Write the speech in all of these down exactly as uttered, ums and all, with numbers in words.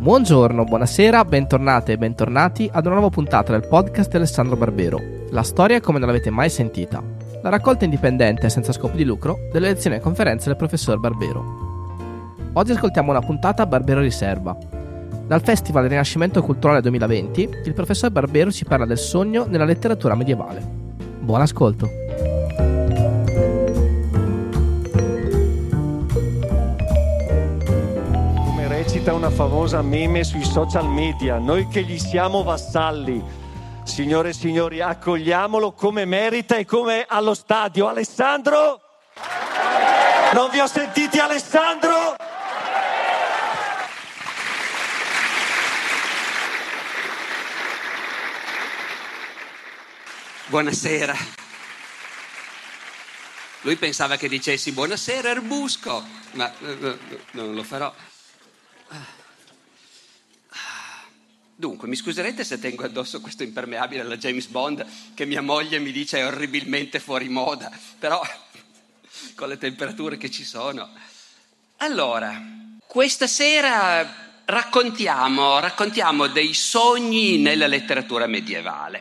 Buongiorno, buonasera, bentornate e bentornati ad una nuova puntata del podcast di Alessandro Barbero. La storia come non l'avete mai sentita. La raccolta indipendente e senza scopo di lucro delle lezioni e conferenze del professor Barbero. Oggi ascoltiamo una puntata Barbero Riserva. Dal Festival Rinascimento Culturale duemilaventi, il professor Barbero ci parla del sogno nella letteratura medievale. Buon ascolto! Cita una famosa meme sui social media: noi che gli siamo vassalli, signore e signori, accogliamolo come merita e come allo stadio. Alessandro? Non vi ho sentiti, Alessandro? Buonasera. Lui pensava che dicessi buonasera Erbusco, ma eh, non lo farò. Dunque, mi scuserete se tengo addosso questo impermeabile alla James Bond che mia moglie mi dice è orribilmente fuori moda, però con le temperature che ci sono. Allora, questa sera raccontiamo, raccontiamo dei sogni nella letteratura medievale.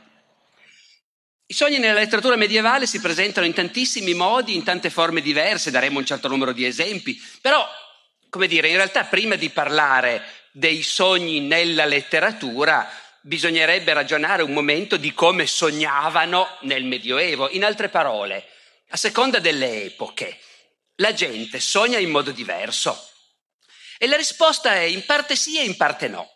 I sogni nella letteratura medievale si presentano in tantissimi modi, in tante forme diverse, daremo un certo numero di esempi, però, come dire, in realtà prima di parlare dei sogni nella letteratura bisognerebbe ragionare un momento di come sognavano nel Medioevo. In altre parole, a seconda delle epoche, la gente sogna in modo diverso. E la risposta è in parte sì e in parte no.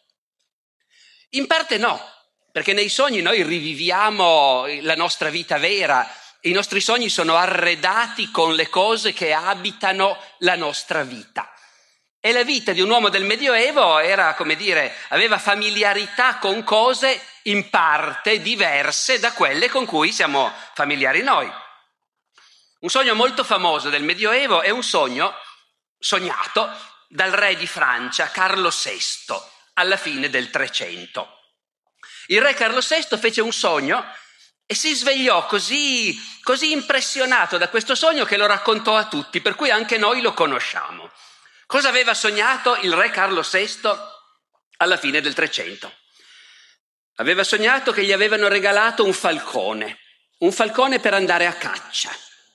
In parte no, perché nei sogni noi riviviamo la nostra vita vera. I nostri sogni sono arredati con le cose che abitano la nostra vita. E la vita di un uomo del Medioevo era, come dire, aveva familiarità con cose in parte diverse da quelle con cui siamo familiari noi. Un sogno molto famoso del Medioevo è un sogno sognato dal re di Francia, Carlo sesto, alla fine del Trecento. Il re Carlo sesto fece un sogno e si svegliò così, così impressionato da questo sogno che lo raccontò a tutti, per cui anche noi lo conosciamo. Cosa aveva sognato il re Carlo sesto alla fine del Trecento? Aveva sognato che gli avevano regalato un falcone, un falcone per andare a caccia.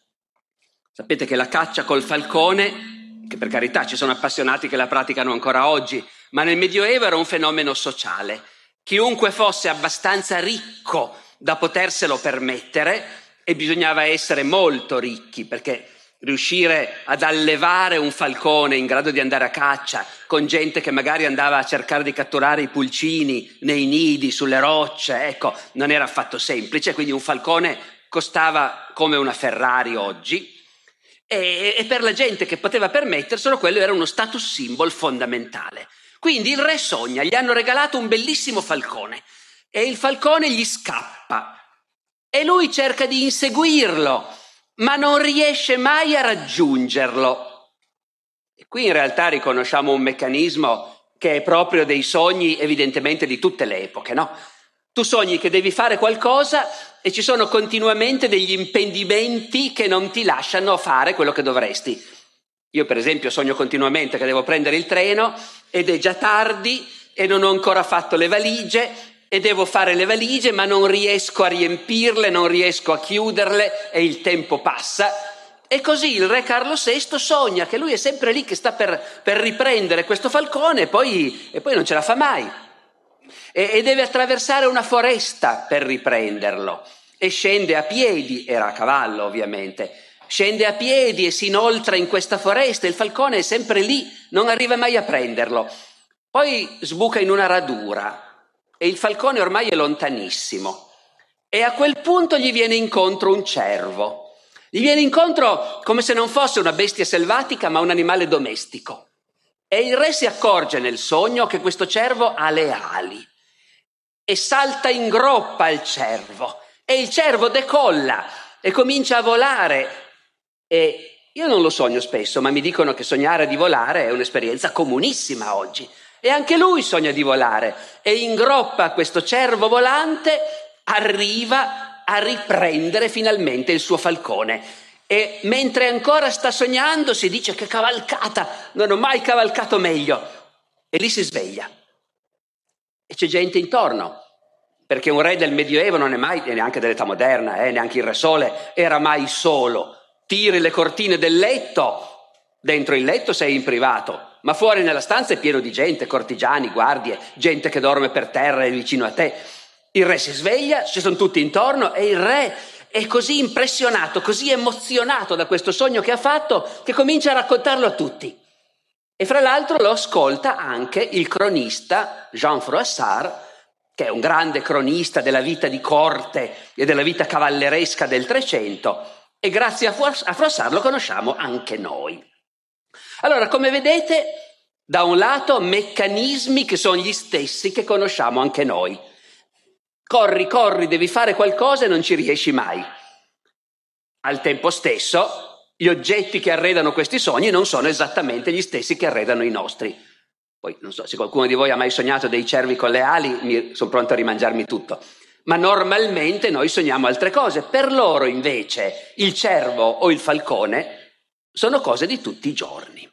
Sapete che la caccia col falcone, che per carità ci sono appassionati che la praticano ancora oggi, ma nel Medioevo era un fenomeno sociale. Chiunque fosse abbastanza ricco da poterselo permettere, e bisognava essere molto ricchi perché riuscire ad allevare un falcone in grado di andare a caccia con gente che magari andava a cercare di catturare i pulcini nei nidi, sulle rocce, ecco, non era affatto semplice, quindi un falcone costava come una Ferrari oggi e, e per la gente che poteva permetterselo quello era uno status symbol fondamentale. Quindi il re sogna, gli hanno regalato un bellissimo falcone e il falcone gli scappa e lui cerca di inseguirlo, ma non riesce mai a raggiungerlo. E qui in realtà riconosciamo un meccanismo che è proprio dei sogni evidentemente di tutte le epoche, no? Tu sogni che devi fare qualcosa e ci sono continuamente degli impedimenti che non ti lasciano fare quello che dovresti. Io per esempio sogno continuamente che devo prendere il treno ed è già tardi e non ho ancora fatto le valigie e devo fare le valigie ma non riesco a riempirle, non riesco a chiuderle e il tempo passa. E così il re Carlo sesto sogna che lui è sempre lì che sta per, per riprendere questo falcone e poi, e poi non ce la fa mai. E, e deve attraversare una foresta per riprenderlo e scende a piedi, era a cavallo ovviamente, scende a piedi e si inoltra in questa foresta, il falcone è sempre lì, non arriva mai a prenderlo. Poi sbuca in una radura e il falcone ormai è lontanissimo e a quel punto gli viene incontro un cervo. Gli viene incontro come se non fosse una bestia selvatica ma un animale domestico. E il re si accorge nel sogno che questo cervo ha le ali e salta in groppa il cervo e il cervo decolla e comincia a volare. E io non lo sogno spesso, ma mi dicono che sognare di volare è un'esperienza comunissima oggi. E anche lui sogna di volare e in groppa questo cervo volante arriva a riprendere finalmente il suo falcone. E mentre ancora sta sognando si dice che cavalcata, non ho mai cavalcato meglio. E lì si sveglia e c'è gente intorno, perché un re del Medioevo non è mai, e neanche dell'età moderna, eh, neanche il Re Sole, era mai solo. Tiri le cortine del letto, dentro il letto sei in privato, ma fuori nella stanza è pieno di gente, cortigiani, guardie, gente che dorme per terra e vicino a te. Il re si sveglia, ci sono tutti intorno e il re è così impressionato, così emozionato da questo sogno che ha fatto, che comincia a raccontarlo a tutti. E fra l'altro lo ascolta anche il cronista Jean Froissart, che è un grande cronista della vita di corte e della vita cavalleresca del Trecento, e grazie a Froissart lo conosciamo anche noi. Allora, come vedete, da un lato meccanismi che sono gli stessi che conosciamo anche noi. Corri, corri, devi fare qualcosa e non ci riesci mai. Al tempo stesso, gli oggetti che arredano questi sogni non sono esattamente gli stessi che arredano i nostri. Poi, non so, se qualcuno di voi ha mai sognato dei cervi con le ali, mi, sono pronto a rimangiarmi tutto. Ma normalmente noi sogniamo altre cose. Per loro, invece, il cervo o il falcone sono cose di tutti i giorni.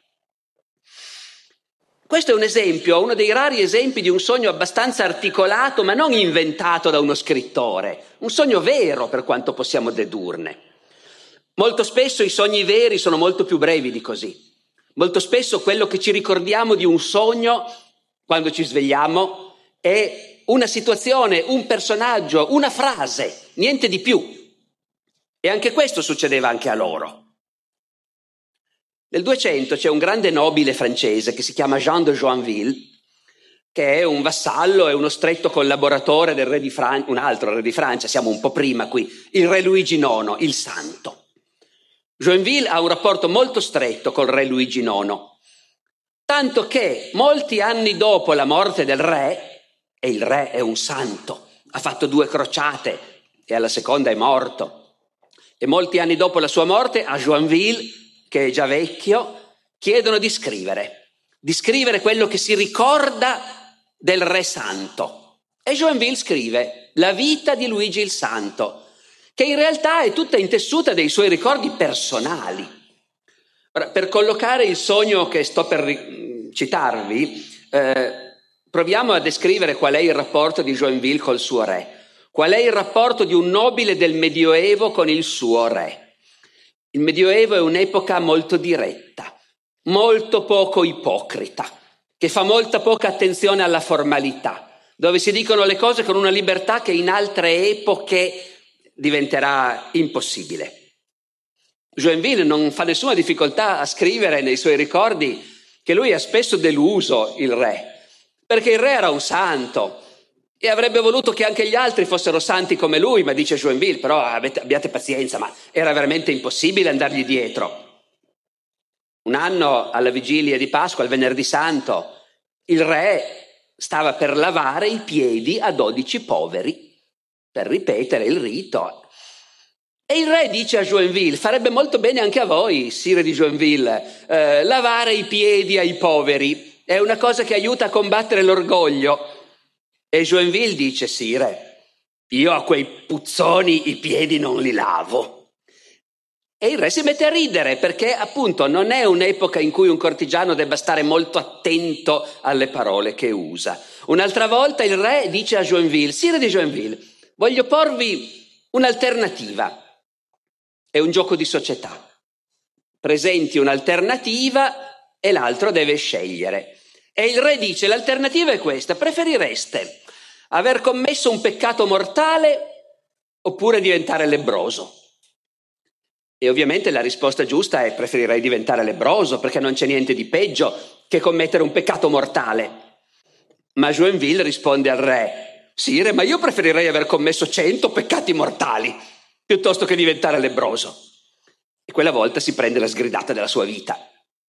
Questo è un esempio, uno dei rari esempi di un sogno abbastanza articolato, ma non inventato da uno scrittore. Un sogno vero, per quanto possiamo dedurne. Molto spesso i sogni veri sono molto più brevi di così. Molto spesso quello che ci ricordiamo di un sogno, quando ci svegliamo, è una situazione, un personaggio, una frase, niente di più. E anche questo succedeva anche a loro. Nel Duecento c'è un grande nobile francese che si chiama Jean de Joinville, che è un vassallo e uno stretto collaboratore del re di Francia, un altro re di Francia, siamo un po' prima qui, il re Luigi nono, il santo. Joinville ha un rapporto molto stretto col re Luigi nono, tanto che molti anni dopo la morte del re, e il re è un santo, ha fatto due crociate e alla seconda è morto, e molti anni dopo la sua morte a Joinville, che è già vecchio, chiedono di scrivere, di scrivere quello che si ricorda del re santo. E Joinville scrive la vita di Luigi il Santo, che in realtà è tutta intessuta dei suoi ricordi personali. Ora, per collocare il sogno che sto per citarvi, eh, proviamo a descrivere qual è il rapporto di Joinville col suo re, qual è il rapporto di un nobile del Medioevo con il suo re. Il Medioevo è un'epoca molto diretta, molto poco ipocrita, che fa molta poca attenzione alla formalità, dove si dicono le cose con una libertà che in altre epoche diventerà impossibile. Joinville non fa nessuna difficoltà a scrivere nei suoi ricordi che lui ha spesso deluso il re, perché il re era un santo e avrebbe voluto che anche gli altri fossero santi come lui, ma dice Joinville, però avete, abbiate pazienza, ma era veramente impossibile andargli dietro. Un anno alla vigilia di Pasqua, al venerdì santo, il re stava per lavare i piedi a dodici poveri, per ripetere il rito. E il re dice a Joinville, farebbe molto bene anche a voi, sire di Joinville, eh, lavare i piedi ai poveri, è una cosa che aiuta a combattere l'orgoglio. E Joinville dice, sire, io a quei puzzoni i piedi non li lavo. E il re si mette a ridere, perché appunto non è un'epoca in cui un cortigiano debba stare molto attento alle parole che usa. Un'altra volta il re dice a Joinville, sire di Joinville, voglio porvi un'alternativa. È un gioco di società. Presenti un'alternativa e l'altro deve scegliere. E il re dice, l'alternativa è questa, preferireste aver commesso un peccato mortale oppure diventare lebbroso? E ovviamente la risposta giusta è preferirei diventare lebbroso, perché non c'è niente di peggio che commettere un peccato mortale. Ma Joinville risponde al re, sire, ma io preferirei aver commesso cento peccati mortali piuttosto che diventare lebbroso. E quella volta si prende la sgridata della sua vita.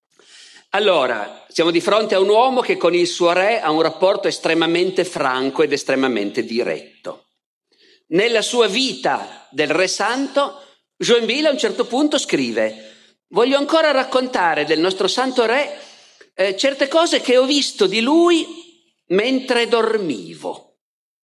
Allora, siamo di fronte a un uomo che con il suo re ha un rapporto estremamente franco ed estremamente diretto. Nella sua vita del re santo, Joinville a un certo punto scrive, voglio ancora raccontare del nostro santo re eh, certe cose che ho visto di lui mentre dormivo.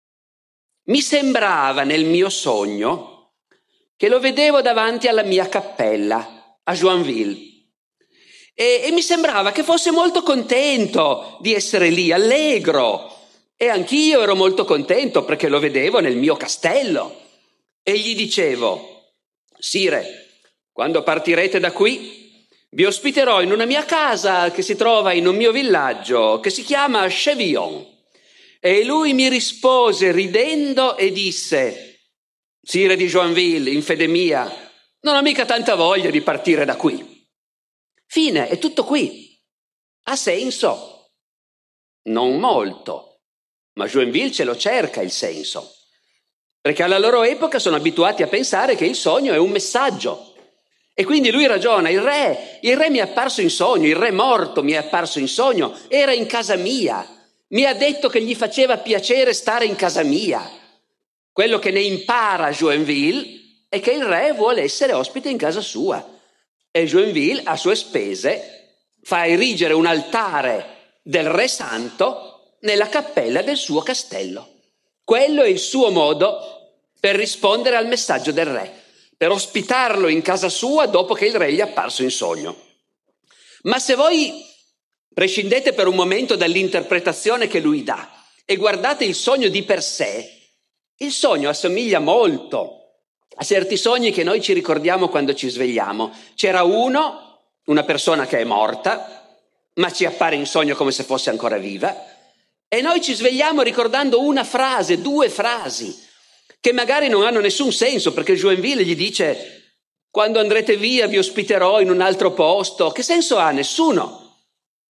Mi sembrava nel mio sogno che lo vedevo davanti alla mia cappella, a Joinville. E, e mi sembrava che fosse molto contento di essere lì, allegro, E anch'io ero molto contento perché lo vedevo nel mio castello. E gli dicevo: sire, quando partirete da qui, vi ospiterò in una mia casa che si trova in un mio villaggio che si chiama Chevillon. E lui mi rispose ridendo e disse: sire di Joinville, in fede mia, non ho mica tanta voglia di partire da qui. Fine, è tutto qui. Ha senso? Non molto. Ma Joinville ce lo cerca il senso, perché alla loro epoca sono abituati a pensare che il sogno è un messaggio. E quindi lui ragiona: il re, il re mi è apparso in sogno, il re morto mi è apparso in sogno, era in casa mia, mi ha detto che gli faceva piacere stare in casa mia. Quello che ne impara Joinville è che il re vuole essere ospite in casa sua. E Joinville, a sue spese, fa erigere un altare del re santo nella cappella del suo castello. Quello è il suo modo per rispondere al messaggio del re, per ospitarlo in casa sua dopo che il re gli è apparso in sogno. Ma se voi prescindete per un momento dall'interpretazione che lui dà e guardate il sogno di per sé, il sogno assomiglia molto a certi sogni che noi ci ricordiamo quando ci svegliamo. C'era uno, una persona che è morta, ma ci appare in sogno come se fosse ancora viva. E noi ci svegliamo ricordando una frase, due frasi, che magari non hanno nessun senso, perché Joinville gli dice: quando andrete via vi ospiterò in un altro posto. Che senso ha? Nessuno.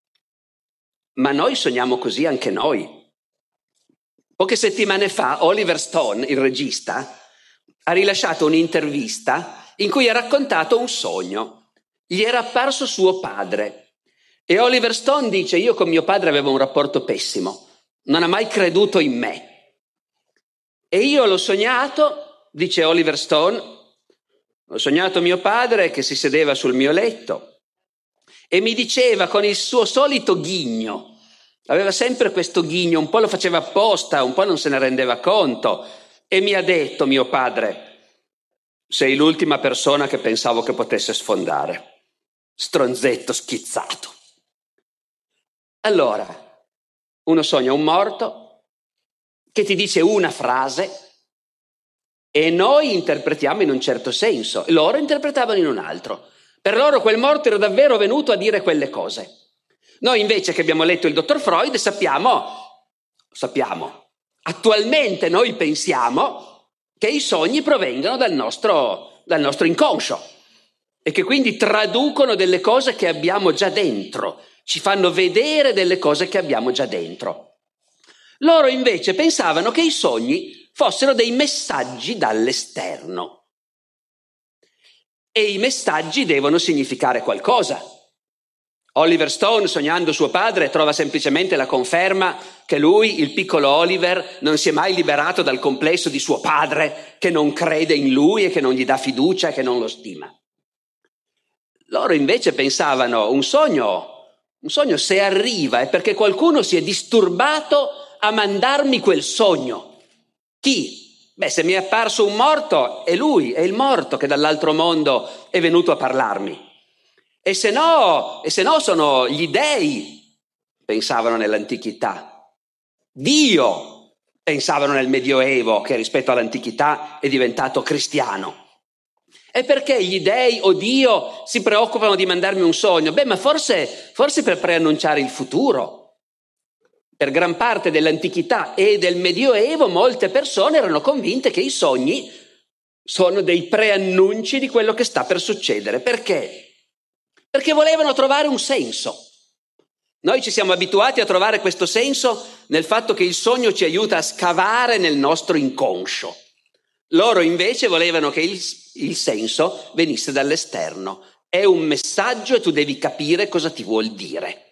Ma noi sogniamo così anche noi. Poche settimane fa Oliver Stone, il regista, ha rilasciato un'intervista in cui ha raccontato un sogno. Gli era apparso suo padre. E Oliver Stone dice: io con mio padre avevo un rapporto pessimo. Non ha mai creduto in me. E io l'ho sognato, dice Oliver Stone, ho sognato mio padre che si sedeva sul mio letto e mi diceva con il suo solito ghigno, aveva sempre questo ghigno, un po' lo faceva apposta, un po' non se ne rendeva conto, e mi ha detto mio padre: sei l'ultima persona che pensavo che potesse sfondare. Stronzetto schizzato. Allora, uno sogna un morto che ti dice una frase e noi interpretiamo in un certo senso, loro interpretavano in un altro. Per loro quel morto era davvero venuto a dire quelle cose. Noi invece, che abbiamo letto il dottor Freud, sappiamo, sappiamo, attualmente noi pensiamo che i sogni provengano dal nostro, dal nostro inconscio e che quindi traducono delle cose che abbiamo già dentro, ci fanno vedere delle cose che abbiamo già dentro. Loro invece pensavano che i sogni fossero dei messaggi dall'esterno. E i messaggi devono significare qualcosa. Oliver Stone, sognando suo padre, trova semplicemente la conferma che lui, il piccolo Oliver, non si è mai liberato dal complesso di suo padre, che non crede in lui e che non gli dà fiducia e che non lo stima. Loro invece pensavano: un sogno Un sogno, se arriva, è perché qualcuno si è disturbato a mandarmi quel sogno. Chi? Beh, se mi è apparso un morto, è lui, è il morto che dall'altro mondo è venuto a parlarmi. E se no, e se no sono gli dei, pensavano nell'antichità. Dio, pensavano nel Medioevo, che rispetto all'antichità è diventato cristiano. E perché gli dei o Dio si preoccupano di mandarmi un sogno? Beh, ma forse, forse per preannunciare il futuro. Per gran parte dell'antichità e del Medioevo molte persone erano convinte che i sogni sono dei preannunci di quello che sta per succedere. Perché? Perché volevano trovare un senso. Noi ci siamo abituati a trovare questo senso nel fatto che il sogno ci aiuta a scavare nel nostro inconscio. Loro invece volevano che il, il senso venisse dall'esterno. È un messaggio e tu devi capire cosa ti vuol dire.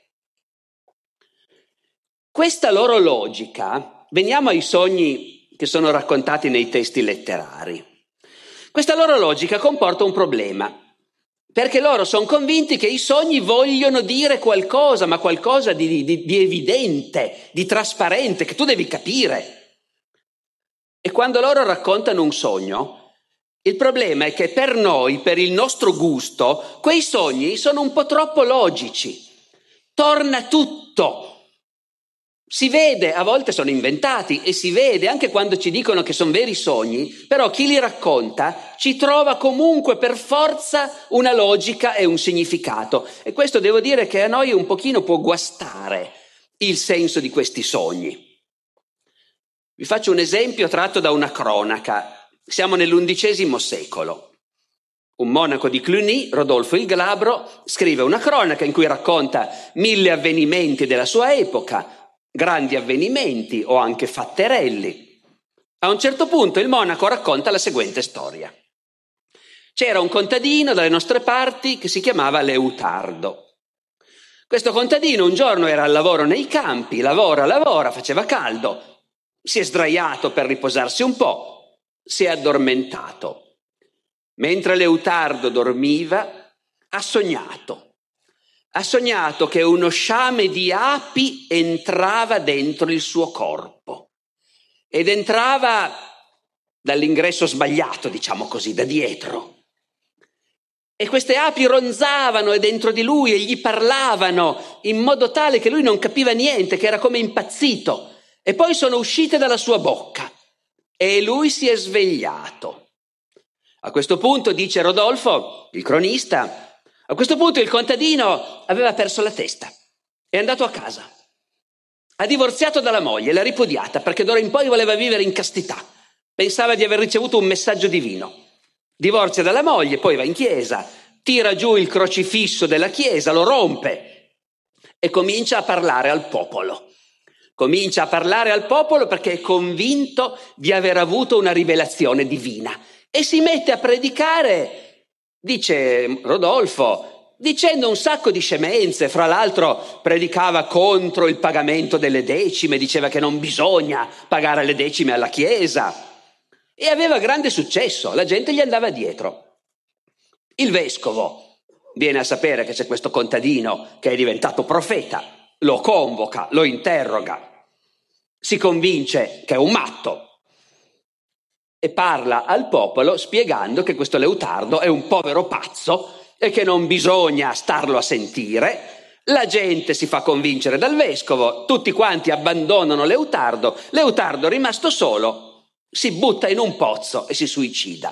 Questa loro logica, veniamo ai sogni che sono raccontati nei testi letterari. Questa loro logica comporta un problema, perché loro sono convinti che i sogni vogliono dire qualcosa, ma qualcosa di, di, di evidente, di trasparente, che tu devi capire. E quando loro raccontano un sogno, il problema è che per noi, per il nostro gusto, quei sogni sono un po' troppo logici. Torna tutto. Si vede, a volte sono inventati e si vede anche quando ci dicono che sono veri sogni, però chi li racconta ci trova comunque per forza una logica e un significato. E questo devo dire che a noi un pochino può guastare il senso di questi sogni. Vi faccio un esempio tratto da una cronaca. Siamo nell'undicesimo secolo. Un monaco di Cluny, Rodolfo il Glabro, scrive una cronaca in cui racconta mille avvenimenti della sua epoca, grandi avvenimenti o anche fatterelli. A un certo punto il monaco racconta la seguente storia. C'era un contadino dalle nostre parti che si chiamava Leutardo. Questo contadino un giorno era al lavoro nei campi, lavora, lavora, faceva caldo, si è sdraiato per riposarsi un po', si è addormentato. Mentre Leutardo dormiva, ha sognato. Ha sognato che uno sciame di api entrava dentro il suo corpo ed entrava dall'ingresso sbagliato, diciamo così, da dietro. E queste api ronzavano dentro di lui e gli parlavano in modo tale che lui non capiva niente, che era come impazzito. E poi sono uscite dalla sua bocca e lui si è svegliato. A questo punto, dice Rodolfo, il cronista, a questo punto il contadino aveva perso la testa, è andato a casa, ha divorziato dalla moglie, l'ha ripudiata perché d'ora in poi voleva vivere in castità, pensava di aver ricevuto un messaggio divino, divorzia dalla moglie, poi va in chiesa, tira giù il crocifisso della chiesa, lo rompe e comincia a parlare al popolo. Comincia a parlare al popolo perché è convinto di aver avuto una rivelazione divina e si mette a predicare. Dice Rodolfo, dicendo un sacco di scemenze, fra l'altro predicava contro il pagamento delle decime, diceva che non bisogna pagare le decime alla Chiesa e aveva grande successo, la gente gli andava dietro. Il vescovo viene a sapere che c'è questo contadino che è diventato profeta, lo convoca, lo interroga, si convince che è un matto e parla al popolo spiegando che questo Leutardo è un povero pazzo e che non bisogna starlo a sentire. La gente si fa convincere dal vescovo, tutti quanti abbandonano Leutardo, Leutardo rimasto solo si butta in un pozzo e si suicida.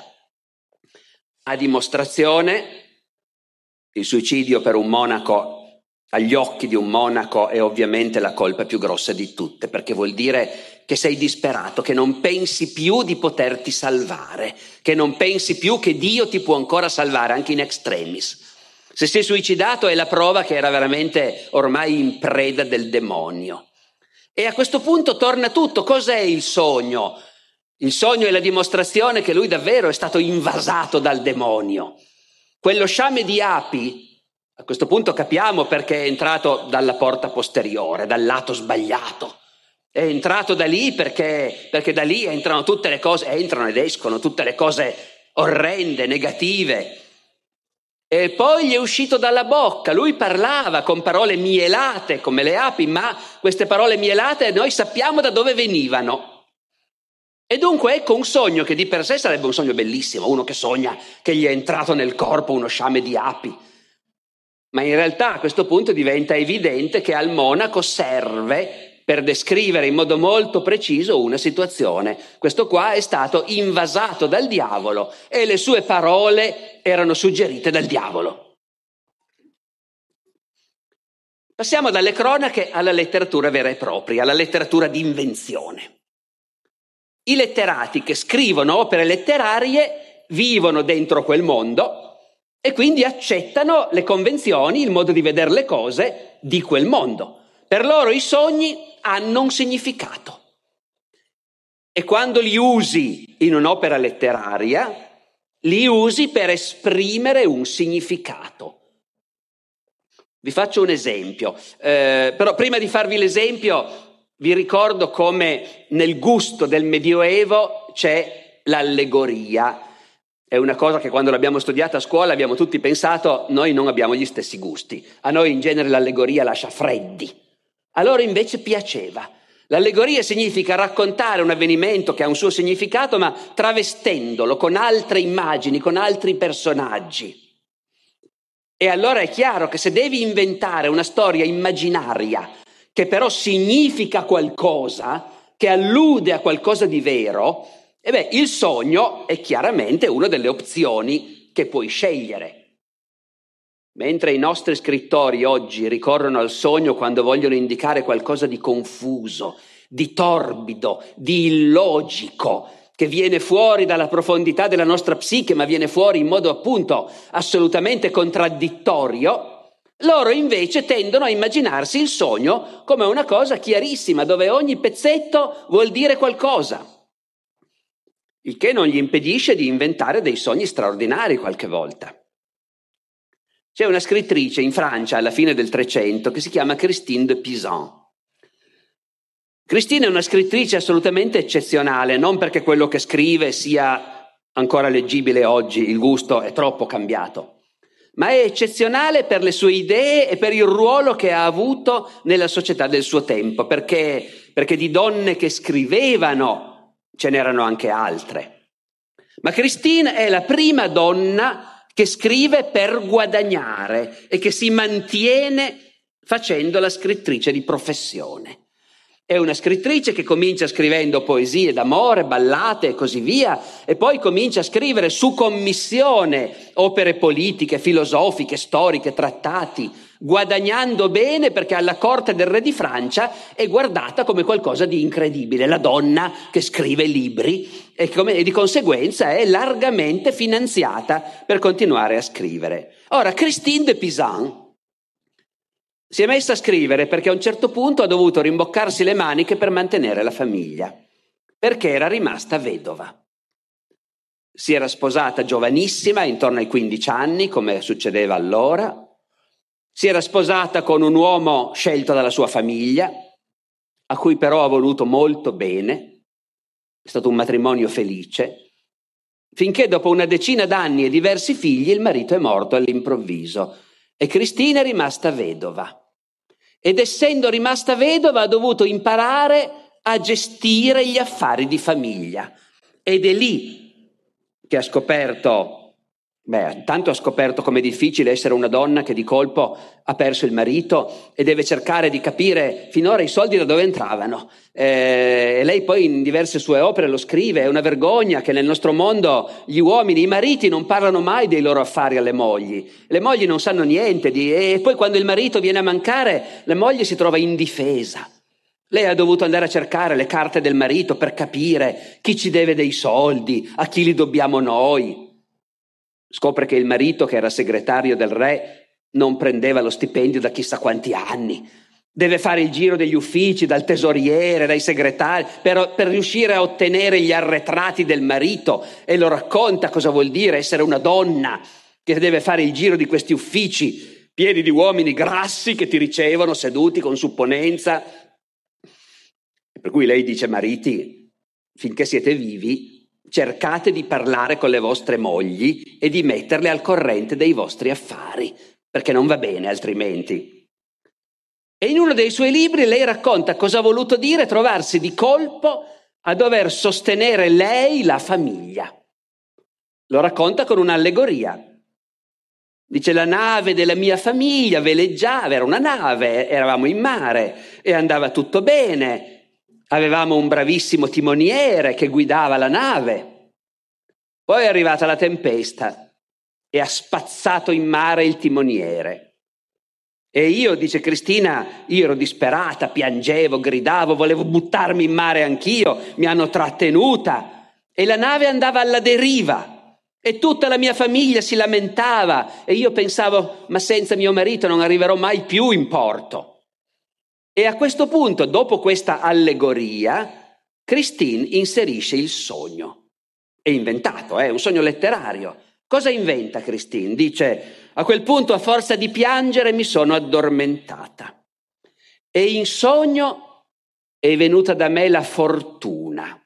A dimostrazione, il suicidio per un monaco agli occhi di un monaco è ovviamente la colpa più grossa di tutte, perché vuol dire che sei disperato, che non pensi più di poterti salvare, che non pensi più che Dio ti può ancora salvare, anche in extremis. Se sei suicidato è la prova che era veramente ormai in preda del demonio. E a questo punto torna tutto. Cos'è il sogno? Il sogno è la dimostrazione che lui davvero è stato invasato dal demonio. Quello sciame di api, a questo punto capiamo perché è entrato dalla porta posteriore, dal lato sbagliato. È entrato da lì perché, perché da lì entrano tutte le cose, entrano ed escono tutte le cose orrende, negative. E poi gli è uscito dalla bocca, lui parlava con parole mielate come le api, ma queste parole mielate noi sappiamo da dove venivano. E dunque ecco un sogno che di per sé sarebbe un sogno bellissimo, uno che sogna che gli è entrato nel corpo uno sciame di api. Ma in realtà a questo punto diventa evidente che al monaco serve per descrivere in modo molto preciso una situazione. Questo qua è stato invasato dal diavolo e le sue parole erano suggerite dal diavolo. Passiamo dalle cronache alla letteratura vera e propria, alla letteratura di invenzione. I letterati che scrivono opere letterarie vivono dentro quel mondo e quindi accettano le convenzioni, il modo di vedere le cose di quel mondo. Per loro i sogni hanno un significato e quando li usi in un'opera letteraria, li usi per esprimere un significato. Vi faccio un esempio, eh, però prima di farvi l'esempio vi ricordo come nel gusto del Medioevo c'è l'allegoria. È una cosa che quando l'abbiamo studiata a scuola abbiamo tutti pensato, noi non abbiamo gli stessi gusti. A noi in genere l'allegoria lascia freddi. A loro invece piaceva. L'allegoria significa raccontare un avvenimento che ha un suo significato, ma travestendolo con altre immagini, con altri personaggi. E allora è chiaro che se devi inventare una storia immaginaria che però significa qualcosa, che allude a qualcosa di vero, e beh, il sogno è chiaramente una delle opzioni che puoi scegliere. Mentre i nostri scrittori oggi ricorrono al sogno quando vogliono indicare qualcosa di confuso, di torbido, di illogico, che viene fuori dalla profondità della nostra psiche, ma viene fuori in modo appunto assolutamente contraddittorio, loro invece tendono a immaginarsi il sogno come una cosa chiarissima, dove ogni pezzetto vuol dire qualcosa, il che non gli impedisce di inventare dei sogni straordinari qualche volta. C'è una scrittrice in Francia alla fine del Trecento che si chiama Christine de Pizan. Christine è una scrittrice assolutamente eccezionale, non perché quello che scrive sia ancora leggibile oggi, il gusto è troppo cambiato, ma è eccezionale per le sue idee e per il ruolo che ha avuto nella società del suo tempo, perché, perché di donne che scrivevano ce n'erano anche altre. Ma Christine è la prima donna che scrive per guadagnare e che si mantiene facendo la scrittrice di professione. È una scrittrice che comincia scrivendo poesie d'amore, ballate e così via, e poi comincia a scrivere su commissione opere politiche, filosofiche, storiche, trattati, guadagnando bene perché alla corte del re di Francia è guardata come qualcosa di incredibile, la donna che scrive libri e, come, e di conseguenza è largamente finanziata per continuare a scrivere. Ora, Christine de Pizan si è messa a scrivere perché a un certo punto ha dovuto rimboccarsi le maniche per mantenere la famiglia, perché era rimasta vedova. Si era sposata giovanissima, intorno ai quindici anni, come succedeva allora. Si era sposata con un uomo scelto dalla sua famiglia, a cui però ha voluto molto bene. È stato un matrimonio felice, finché dopo una decina d'anni e diversi figli il marito è morto all'improvviso e Cristina è rimasta vedova. Ed essendo rimasta vedova ha dovuto imparare a gestire gli affari di famiglia. Ed è lì che ha scoperto, beh, tanto ha scoperto com'è difficile essere una donna che di colpo ha perso il marito e deve cercare di capire finora i soldi da dove entravano. Eh, e lei poi in diverse sue opere lo scrive, è una vergogna che nel nostro mondo gli uomini, i mariti non parlano mai dei loro affari alle mogli, le mogli non sanno niente di, e poi quando il marito viene a mancare la moglie si trova indifesa. Lei ha dovuto andare a cercare le carte del marito per capire chi ci deve dei soldi, a chi li dobbiamo noi. Scopre che il marito, che era segretario del re, non prendeva lo stipendio da chissà quanti anni. Deve fare il giro degli uffici, dal tesoriere, dai segretari, per, per riuscire a ottenere gli arretrati del marito, e lo racconta cosa vuol dire essere una donna che deve fare il giro di questi uffici pieni di uomini grassi che ti ricevono seduti con supponenza. Per cui lei dice: mariti, finché siete vivi, cercate di parlare con le vostre mogli e di metterle al corrente dei vostri affari, perché non va bene altrimenti. E in uno dei suoi libri lei racconta cosa ha voluto dire trovarsi di colpo a dover sostenere lei la famiglia. Lo racconta con un'allegoria. Dice: la nave della mia famiglia veleggiava, era una nave, eravamo in mare e andava tutto bene. Avevamo un bravissimo timoniere che guidava la nave. Poi è arrivata la tempesta e ha spazzato in mare il timoniere. E io, dice Cristina, io ero disperata, piangevo, gridavo, volevo buttarmi in mare anch'io, mi hanno trattenuta e la nave andava alla deriva e tutta la mia famiglia si lamentava e io pensavo: ma senza mio marito non arriverò mai più in porto. E a questo punto, dopo questa allegoria, Christine inserisce il sogno. È inventato, è eh? un sogno letterario. Cosa inventa Christine? Dice: a quel punto, a forza di piangere, mi sono addormentata e in sogno è venuta da me la fortuna.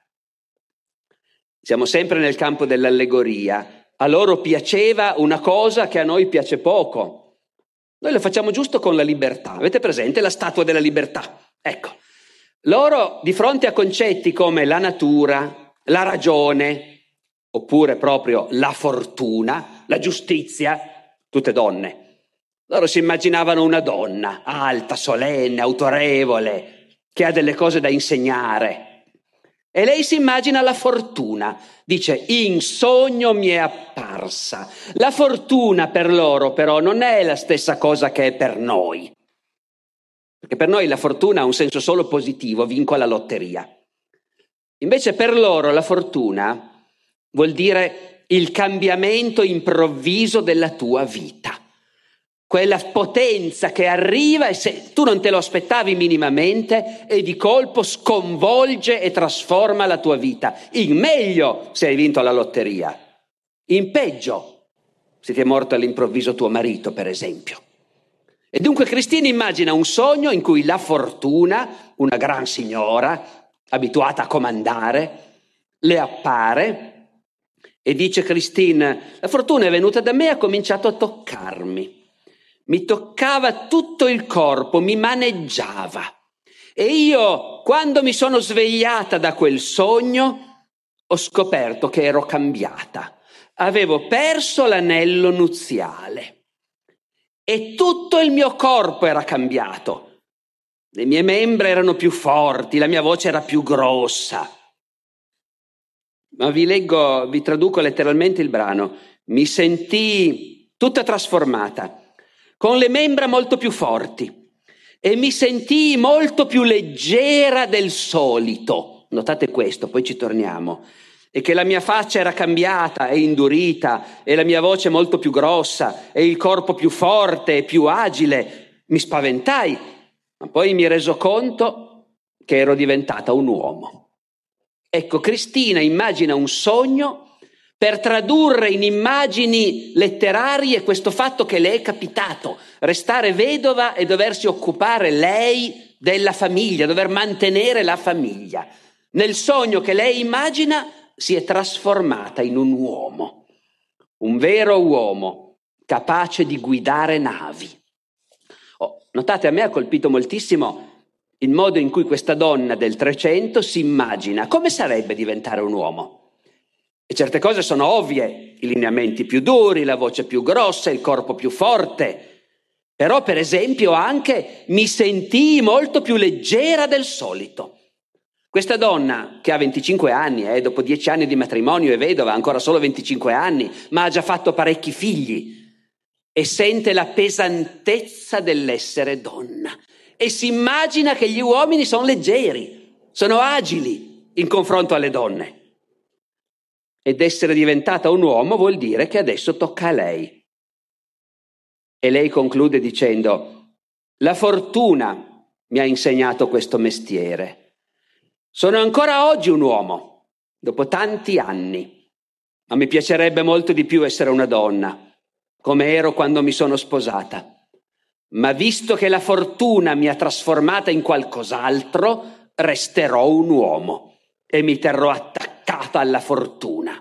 Siamo sempre nel campo dell'allegoria. A loro piaceva una cosa che a noi piace poco. Noi lo facciamo giusto con la libertà. Avete presente la Statua della Libertà? Ecco, loro di fronte a concetti come la natura, la ragione, oppure proprio la fortuna, la giustizia, tutte donne, Loro si immaginavano una donna alta, solenne, autorevole, che ha delle cose da insegnare. E lei si immagina la fortuna. Dice: in sogno mi è apparsa. La fortuna per loro però non è la stessa cosa che è per noi. Perché per noi la fortuna ha un senso solo positivo, vinco alla lotteria. Invece per loro la fortuna vuol dire il cambiamento improvviso della tua vita. Quella potenza che arriva e se tu non te lo aspettavi minimamente e di colpo sconvolge e trasforma la tua vita. In meglio se hai vinto la lotteria, in peggio se ti è morto all'improvviso tuo marito, per esempio. E dunque Cristina immagina un sogno in cui la fortuna, una gran signora, abituata a comandare, le appare e dice: Cristina, la fortuna è venuta da me e ha cominciato a toccarmi. Mi toccava tutto il corpo, mi maneggiava. E io, quando mi sono svegliata da quel sogno, ho scoperto che ero cambiata. Avevo perso l'anello nuziale e tutto il mio corpo era cambiato. Le mie membra erano più forti, la mia voce era più grossa. Ma vi leggo, vi traduco letteralmente il brano. Mi sentii tutta trasformata, con le membra molto più forti e mi sentii molto più leggera del solito. Notate questo, poi ci torniamo. E che la mia faccia era cambiata e indurita e la mia voce molto più grossa e il corpo più forte e più agile. Mi spaventai, ma poi mi reso conto che ero diventata un uomo. Ecco, Cristina immagina un sogno per tradurre in immagini letterarie questo fatto che le è capitato, restare vedova e doversi occupare lei della famiglia, dover mantenere la famiglia. Nel sogno che lei immagina si è trasformata in un uomo, un vero uomo capace di guidare navi. Oh, notate, a me ha colpito moltissimo il modo in cui questa donna del Trecento si immagina come sarebbe diventare un uomo. E certe cose sono ovvie, i lineamenti più duri, la voce più grossa, il corpo più forte. Però, per esempio, anche mi sentii molto più leggera del solito. Questa donna, che ha venticinque anni, eh, dopo dieci anni di matrimonio è vedova, ha ancora solo venticinque anni, ma ha già fatto parecchi figli, e sente la pesantezza dell'essere donna. E si immagina che gli uomini sono leggeri, sono agili in confronto alle donne. Ed essere diventata un uomo vuol dire che adesso tocca a lei. E lei conclude dicendo: la fortuna mi ha insegnato questo mestiere. Sono ancora oggi un uomo, dopo tanti anni, ma mi piacerebbe molto di più essere una donna, come ero quando mi sono sposata. Ma visto che la fortuna mi ha trasformata in qualcos'altro, resterò un uomo e mi terrò attaccata alla fortuna.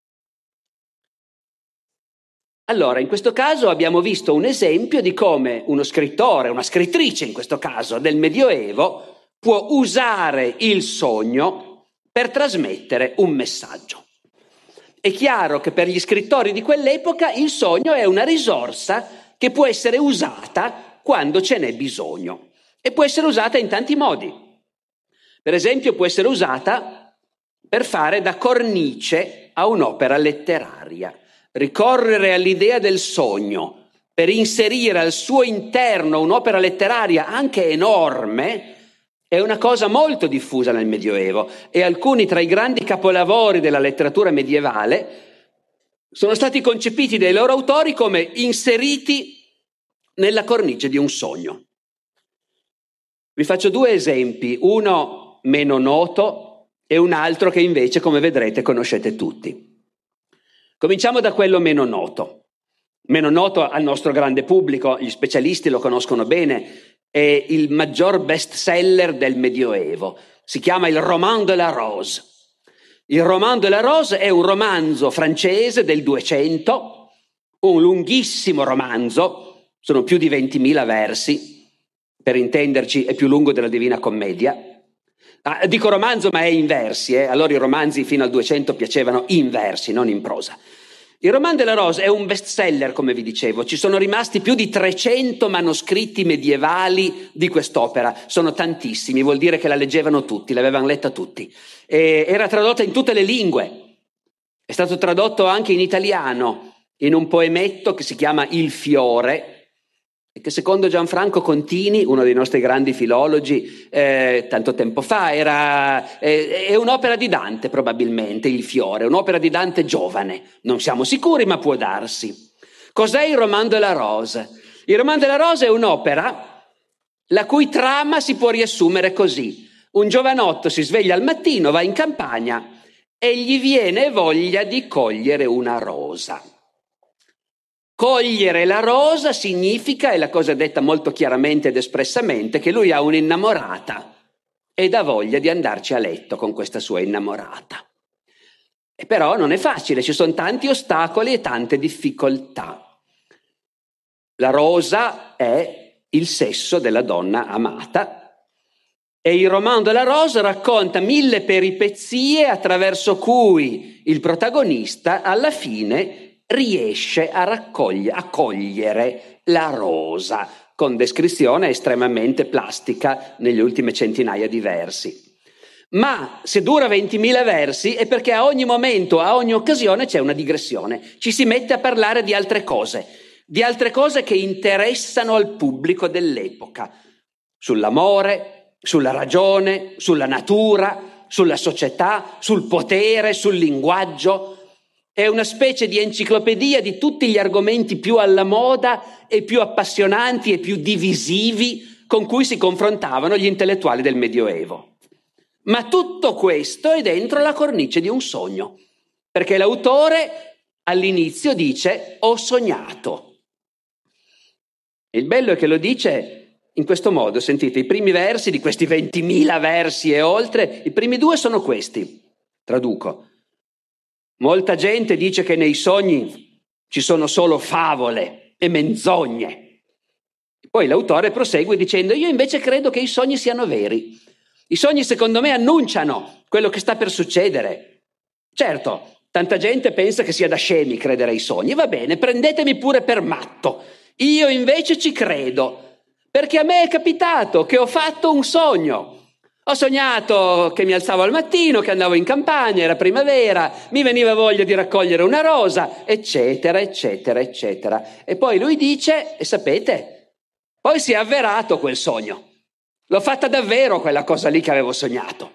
Allora, in questo caso abbiamo visto un esempio di come uno scrittore, una scrittrice in questo caso, del Medioevo, può usare il sogno per trasmettere un messaggio. È chiaro che per gli scrittori di quell'epoca il sogno è una risorsa che può essere usata quando ce n'è bisogno e può essere usata in tanti modi. Per esempio, può essere usata per fare da cornice a un'opera letteraria. Ricorrere all'idea del sogno per inserire al suo interno un'opera letteraria anche enorme è una cosa molto diffusa nel Medioevo, e alcuni tra i grandi capolavori della letteratura medievale sono stati concepiti dai loro autori come inseriti nella cornice di un sogno. Vi faccio due esempi, uno meno noto e un altro che invece, come vedrete, conoscete tutti. Cominciamo da quello meno noto. Meno noto al nostro grande pubblico, gli specialisti lo conoscono bene, è il maggior best seller del Medioevo. Si chiama il Roman de la Rose. Il Roman de la Rose è un romanzo francese del duecento, un lunghissimo romanzo, sono più di ventimila versi, per intenderci è più lungo della Divina Commedia. Ah, dico romanzo ma è in versi, eh? Allora i romanzi fino al duecento piacevano in versi, non in prosa. Il Roman de la Rose è un bestseller, come vi dicevo. Ci sono rimasti più di trecento manoscritti medievali di quest'opera. Sono tantissimi, vuol dire che la leggevano tutti, l'avevano letta tutti. E era tradotta in tutte le lingue. È stato tradotto anche in italiano, in un poemetto che si chiama Il Fiore, e che secondo Gianfranco Contini, uno dei nostri grandi filologi, eh, tanto tempo fa, era, eh, è un'opera di Dante probabilmente, Il Fiore, un'opera di Dante giovane. Non siamo sicuri, ma può darsi. Cos'è il Roman de la Rose? Il Roman de la Rose è un'opera la cui trama si può riassumere così. Un giovanotto si sveglia al mattino, va in campagna e gli viene voglia di cogliere una rosa. Cogliere la rosa significa, è la cosa detta molto chiaramente ed espressamente, che lui ha un'innamorata ed ha voglia di andarci a letto con questa sua innamorata. E però non è facile, ci sono tanti ostacoli e tante difficoltà. La rosa è il sesso della donna amata e il Roman de la Rose racconta mille peripezie attraverso cui il protagonista alla fine riesce a raccogliere, a cogliere la rosa, con descrizione estremamente plastica negli ultimi centinaia di versi. Ma se dura ventimila versi è perché a ogni momento, a ogni occasione c'è una digressione. Ci si mette a parlare di altre cose, di altre cose che interessano al pubblico dell'epoca, sull'amore, sulla ragione, sulla natura, sulla società, sul potere, sul linguaggio. È una specie di enciclopedia di tutti gli argomenti più alla moda e più appassionanti e più divisivi con cui si confrontavano gli intellettuali del Medioevo. Ma tutto questo è dentro la cornice di un sogno, perché l'autore all'inizio dice «ho sognato». Il bello è che lo dice in questo modo, sentite, i primi versi di questi ventimila versi e oltre, i primi due sono questi, traduco. Molta gente dice che nei sogni ci sono solo favole e menzogne. Poi l'autore prosegue dicendo: io invece credo che i sogni siano veri. I sogni secondo me annunciano quello che sta per succedere. Certo, tanta gente pensa che sia da scemi credere ai sogni. Va bene, prendetemi pure per matto. Io invece ci credo, perché a me è capitato che ho fatto un sogno. Ho sognato che mi alzavo al mattino, che andavo in campagna, era primavera, mi veniva voglia di raccogliere una rosa, eccetera, eccetera, eccetera. E poi lui dice, e sapete, poi si è avverato quel sogno. L'ho fatta davvero quella cosa lì che avevo sognato.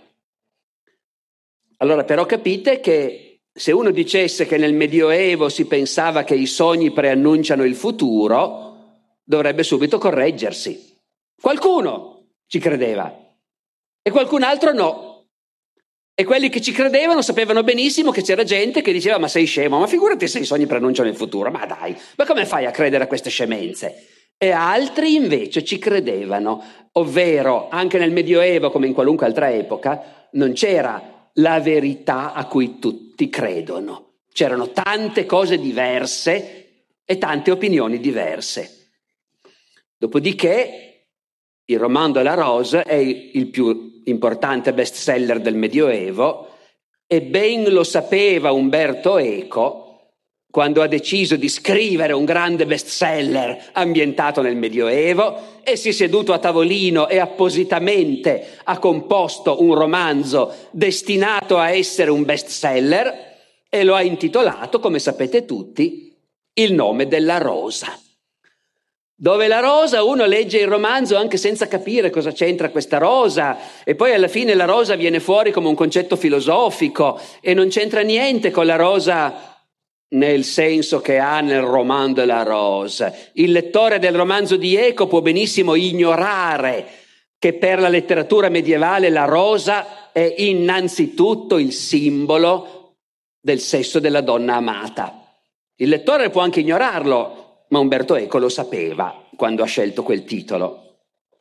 Allora però capite che se uno dicesse che nel Medioevo si pensava che i sogni preannunciano il futuro, dovrebbe subito correggersi. Qualcuno ci credeva. E qualcun altro no. E quelli che ci credevano sapevano benissimo che c'era gente che diceva ma sei scemo, ma figurati se i sogni preannunciano il futuro, ma dai, ma come fai a credere a queste scemenze? E altri invece ci credevano, ovvero anche nel Medioevo come in qualunque altra epoca non c'era la verità a cui tutti credono, c'erano tante cose diverse e tante opinioni diverse. Dopodiché il Roman de la Rose è il più importante bestseller del Medioevo e ben lo sapeva Umberto Eco quando ha deciso di scrivere un grande bestseller ambientato nel Medioevo e si è seduto a tavolino e appositamente ha composto un romanzo destinato a essere un bestseller e lo ha intitolato, come sapete tutti, Il nome della rosa. Dove la rosa uno legge il romanzo anche senza capire cosa c'entra questa rosa e poi alla fine la rosa viene fuori come un concetto filosofico e non c'entra niente con la rosa nel senso che ha nel Roman de la Rose. Il lettore del romanzo di Eco può benissimo ignorare che per la letteratura medievale la rosa è innanzitutto il simbolo del sesso della donna amata. Il lettore può anche ignorarlo, ma Umberto Eco lo sapeva quando ha scelto quel titolo.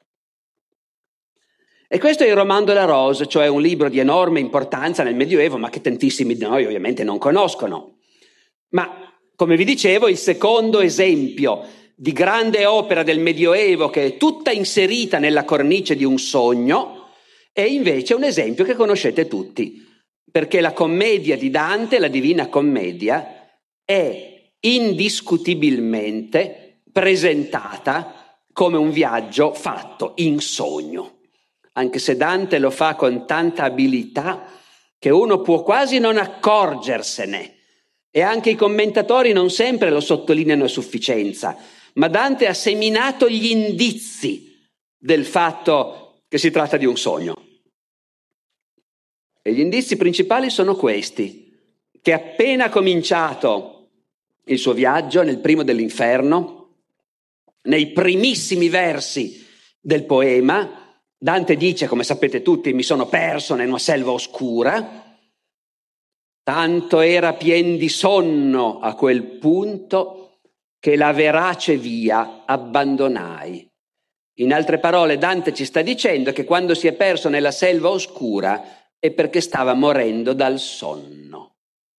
E questo è il Roman de la Rose, cioè un libro di enorme importanza nel Medioevo, ma che tantissimi di noi ovviamente non conoscono. Ma, come vi dicevo, il secondo esempio di grande opera del Medioevo che è tutta inserita nella cornice di un sogno è invece un esempio che conoscete tutti, perché la commedia di Dante, la Divina Commedia, è indiscutibilmente presentata come un viaggio fatto in sogno, anche se Dante lo fa con tanta abilità che uno può quasi non accorgersene, e anche i commentatori non sempre lo sottolineano a sufficienza, ma Dante ha seminato gli indizi del fatto che si tratta di un sogno. E gli indizi principali sono questi: che appena cominciato il suo viaggio nel primo dell'inferno, nei primissimi versi del poema, Dante dice, come sapete tutti, mi sono perso in una selva oscura, tanto era pien di sonno a quel punto che la verace via abbandonai. In altre parole, Dante ci sta dicendo che quando si è perso nella selva oscura è perché stava morendo dal sonno.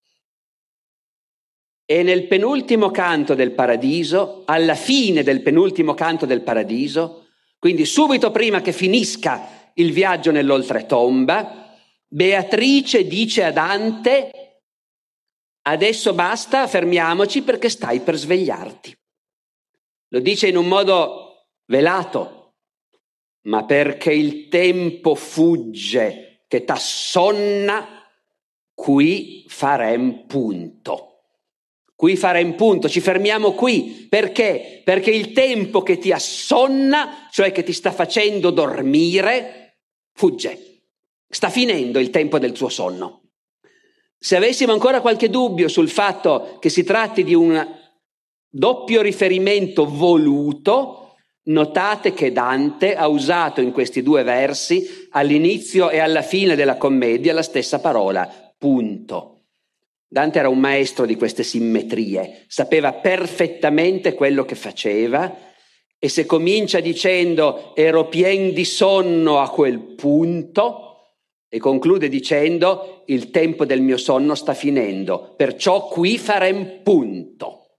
E nel penultimo canto del Paradiso, alla fine del penultimo canto del Paradiso, quindi subito prima che finisca il viaggio nell'oltretomba, Beatrice dice a Dante: adesso basta, fermiamoci perché stai per svegliarti. Lo dice in un modo velato, ma perché il tempo fugge che t'assonna, qui farem punto. Qui farem punto, ci fermiamo qui. Perché? Perché il tempo che ti assonna, cioè che ti sta facendo dormire, fugge. Sta finendo il tempo del tuo sonno. Se avessimo ancora qualche dubbio sul fatto che si tratti di un doppio riferimento voluto, notate che Dante ha usato in questi due versi, all'inizio e alla fine della commedia, la stessa parola, punto. Dante era un maestro di queste simmetrie, sapeva perfettamente quello che faceva, e se comincia dicendo ero pien di sonno a quel punto, e conclude dicendo il tempo del mio sonno sta finendo, perciò qui farem punto.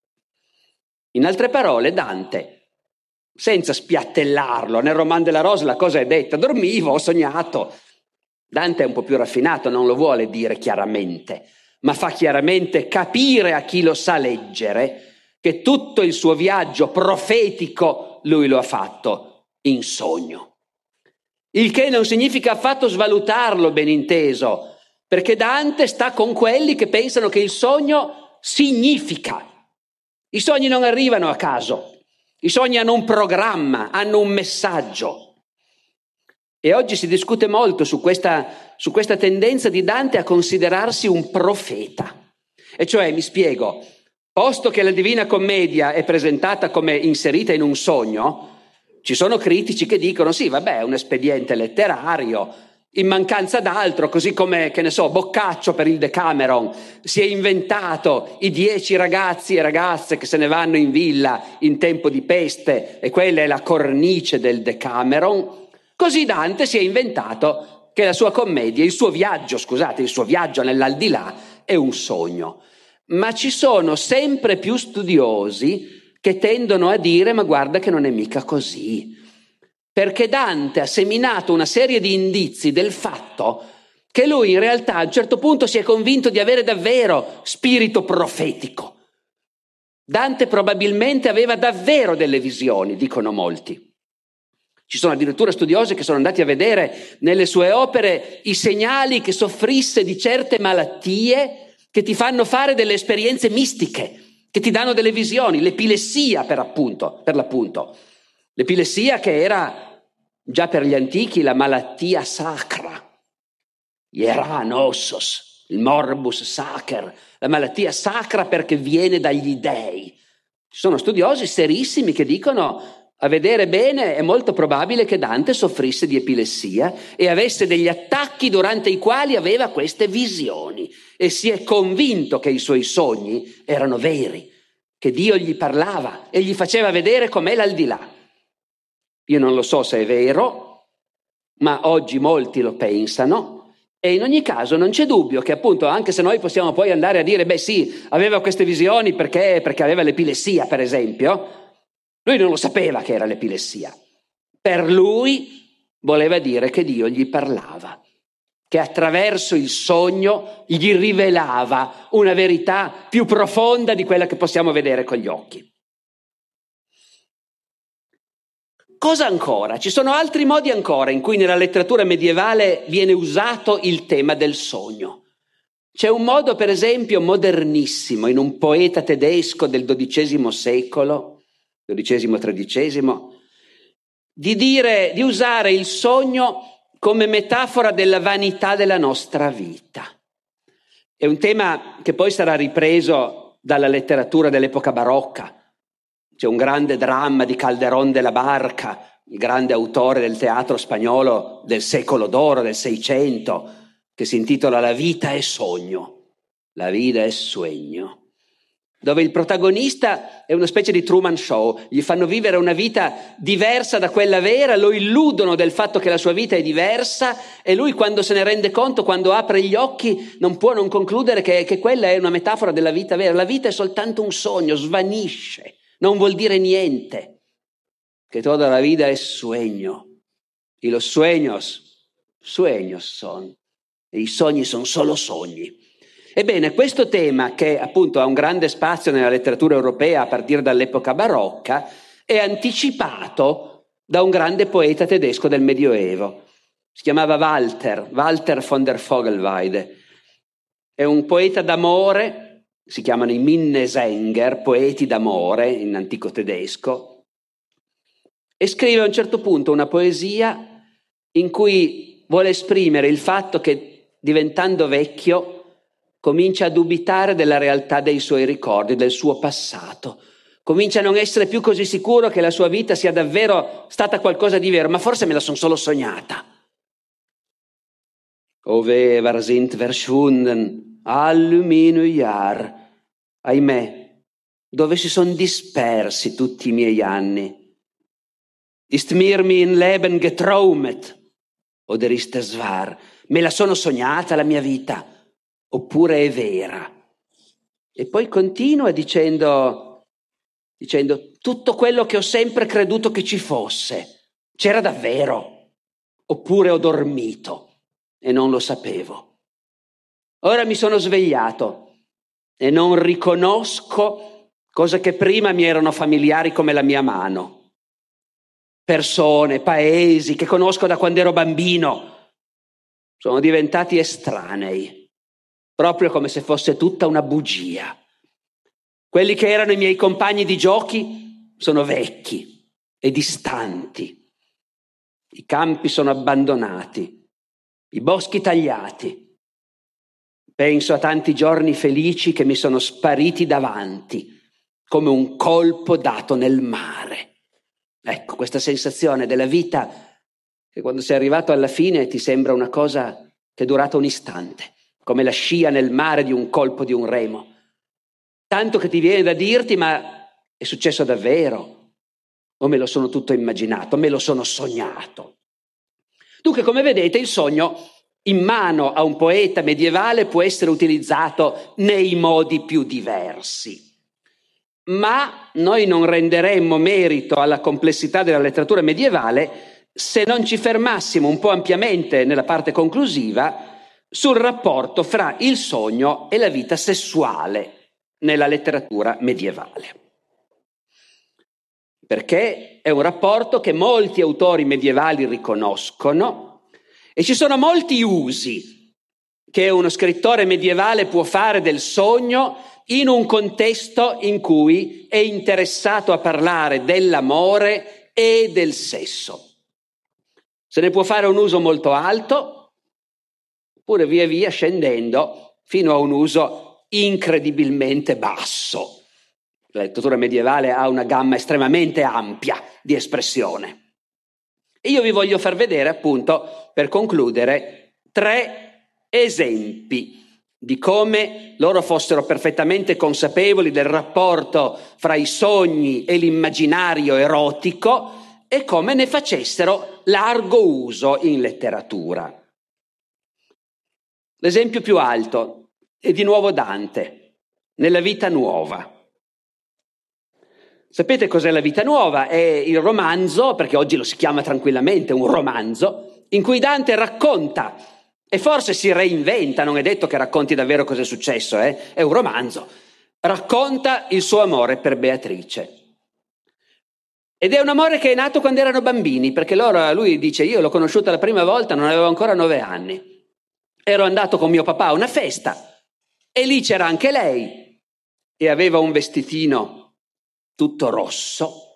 In altre parole, Dante, senza spiattellarlo, nel Roman della Rose la cosa è detta, dormivo, ho sognato. Dante è un po' più raffinato, non lo vuole dire chiaramente, ma fa chiaramente capire a chi lo sa leggere che tutto il suo viaggio profetico lui lo ha fatto in sogno. Il che non significa affatto svalutarlo, ben inteso, perché Dante sta con quelli che pensano che il sogno significa. I sogni non arrivano a caso, i sogni hanno un programma, hanno un messaggio. E oggi si discute molto su questa, su questa tendenza di Dante a considerarsi un profeta. E cioè, mi spiego, posto che la Divina Commedia è presentata come inserita in un sogno, ci sono critici che dicono sì, vabbè, è un espediente letterario, in mancanza d'altro, così come, che ne so, Boccaccio per il Decameron si è inventato i dieci ragazzi e ragazze che se ne vanno in villa in tempo di peste e quella è la cornice del Decameron, così Dante si è inventato che la sua commedia, il suo viaggio, scusate, il suo viaggio nell'aldilà è un sogno. Ma ci sono sempre più studiosi che tendono a dire ma guarda che non è mica così, perché Dante ha seminato una serie di indizi del fatto che lui in realtà a un certo punto si è convinto di avere davvero spirito profetico. Dante probabilmente aveva davvero delle visioni, dicono molti. Ci sono addirittura studiosi che sono andati a vedere nelle sue opere i segnali che soffrisse di certe malattie che ti fanno fare delle esperienze mistiche, che ti danno delle visioni, l'epilessia per appunto, per l'appunto. L'epilessia che era già per gli antichi la malattia sacra, ieranosos, il morbus sacer, la malattia sacra perché viene dagli dei. Ci sono studiosi serissimi che dicono a vedere bene è molto probabile che Dante soffrisse di epilessia e avesse degli attacchi durante i quali aveva queste visioni e si è convinto che i suoi sogni erano veri, che Dio gli parlava e gli faceva vedere com'è l'aldilà. Io non lo so se è vero, ma oggi molti lo pensano e in ogni caso non c'è dubbio che appunto anche se noi possiamo poi andare a dire beh sì, aveva queste visioni perché, perché aveva l'epilessia per esempio, lui non lo sapeva che era l'epilessia. Per lui voleva dire che Dio gli parlava. che attraverso il sogno gli rivelava una verità più profonda di quella che possiamo vedere con gli occhi. Cosa ancora? Ci sono altri modi ancora in cui nella letteratura medievale viene usato il tema del sogno. C'è un modo, per esempio, modernissimo, in un poeta tedesco del dodicesimo secolo, dodicesimo-tredicesimo, di dire, di usare il sogno come metafora della vanità della nostra vita. È un tema che poi sarà ripreso dalla letteratura dell'epoca barocca. C'è un grande dramma di Calderón de la Barca, il grande autore del teatro spagnolo del secolo d'oro, del Seicento, che si intitola La vita è sogno, la vita è sueño, dove il protagonista è una specie di Truman Show, gli fanno vivere una vita diversa da quella vera, lo illudono del fatto che la sua vita è diversa e lui, quando se ne rende conto, quando apre gli occhi, non può non concludere che, che quella è una metafora della vita vera. La vita è soltanto un sogno, svanisce, non vuol dire niente, che toda la vida es sueño y los sueños, sueños son, e i sogni sono solo sogni. Ebbene, questo tema, che appunto ha un grande spazio nella letteratura europea a partire dall'epoca barocca, è anticipato da un grande poeta tedesco del Medioevo. Si chiamava Walter, Walter von der Vogelweide. È un poeta d'amore, si chiamano i Minnesänger, poeti d'amore in antico tedesco, e scrive a un certo punto una poesia in cui vuole esprimere il fatto che, diventando vecchio, comincia a dubitare della realtà dei suoi ricordi, del suo passato. Comincia a non essere più così sicuro che la sua vita sia davvero stata qualcosa di vero, ma forse me la sono solo sognata. Ove war sind verschwunden alle mine Jahr. Ahimè, dove si sono dispersi tutti i miei anni? Ist mir mein Leben getraumet? Oder ist es wahr? Me la sono sognata la mia vita? Oppure è vera? E poi continua dicendo, dicendo tutto quello che ho sempre creduto che ci fosse, c'era davvero? Oppure ho dormito e non lo sapevo? Ora mi sono svegliato e non riconosco cose che prima mi erano familiari come la mia mano. Persone, paesi che conosco da quando ero bambino sono diventati estranei, proprio come se fosse tutta una bugia. Quelli che erano i miei compagni di giochi sono vecchi e distanti. I campi sono abbandonati, i boschi tagliati. Penso a tanti giorni felici che mi sono spariti davanti, come un colpo dato nel mare. Ecco, questa sensazione della vita che quando sei arrivato alla fine ti sembra una cosa che è durata un istante, come la scia nel mare di un colpo di un remo. Tanto che ti viene da dirti, ma è successo davvero? O me lo sono tutto immaginato, me lo sono sognato? Dunque, come vedete, il sogno in mano a un poeta medievale può essere utilizzato nei modi più diversi. Ma noi non renderemmo merito alla complessità della letteratura medievale se non ci fermassimo un po' ampiamente nella parte conclusiva sul rapporto fra il sogno e la vita sessuale nella letteratura medievale. Perché è un rapporto che molti autori medievali riconoscono e ci sono molti usi che uno scrittore medievale può fare del sogno in un contesto in cui è interessato a parlare dell'amore e del sesso. Se ne può fare un uso molto alto, oppure via via scendendo fino a un uso incredibilmente basso. La letteratura medievale ha una gamma estremamente ampia di espressione. E io vi voglio far vedere, appunto, per concludere, tre esempi di come loro fossero perfettamente consapevoli del rapporto fra i sogni e l'immaginario erotico e come ne facessero largo uso in letteratura. L'esempio più alto è di nuovo Dante, nella Vita Nuova. Sapete cos'è la Vita Nuova? È il romanzo, perché oggi lo si chiama tranquillamente un romanzo, in cui Dante racconta e forse si reinventa, non è detto che racconti davvero cosa è successo, eh? È un romanzo. Racconta il suo amore per Beatrice. Ed è un amore che è nato quando erano bambini, perché loro, lui dice, io l'ho conosciuta la prima volta, non avevo ancora nove anni. Ero andato con mio papà a una festa e lì c'era anche lei e aveva un vestitino tutto rosso.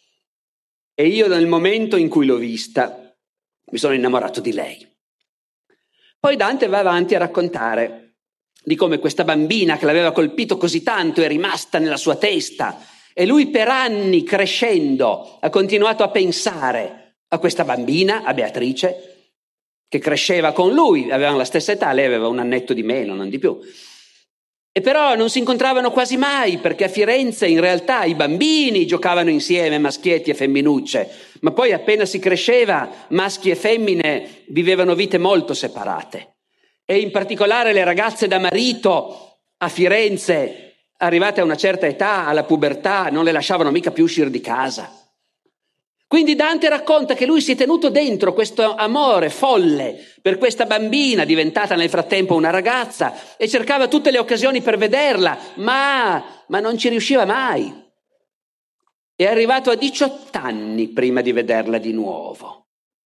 E io nel momento in cui l'ho vista mi sono innamorato di lei. Poi Dante va avanti a raccontare di come questa bambina che l'aveva colpito così tanto è rimasta nella sua testa. E lui per anni, crescendo, ha continuato a pensare a questa bambina, a Beatrice, che cresceva con lui, avevano la stessa età, lei aveva un annetto di meno, non di più. E però non si incontravano quasi mai, perché a Firenze in realtà i bambini giocavano insieme, maschietti e femminucce, ma poi appena si cresceva, maschi e femmine vivevano vite molto separate. E in particolare le ragazze da marito a Firenze, arrivate a una certa età, alla pubertà, non le lasciavano mica più uscire di casa. Quindi Dante racconta che lui si è tenuto dentro questo amore folle per questa bambina, diventata nel frattempo una ragazza, e cercava tutte le occasioni per vederla, ma, ma non ci riusciva mai. È arrivato a diciotto anni prima di vederla di nuovo.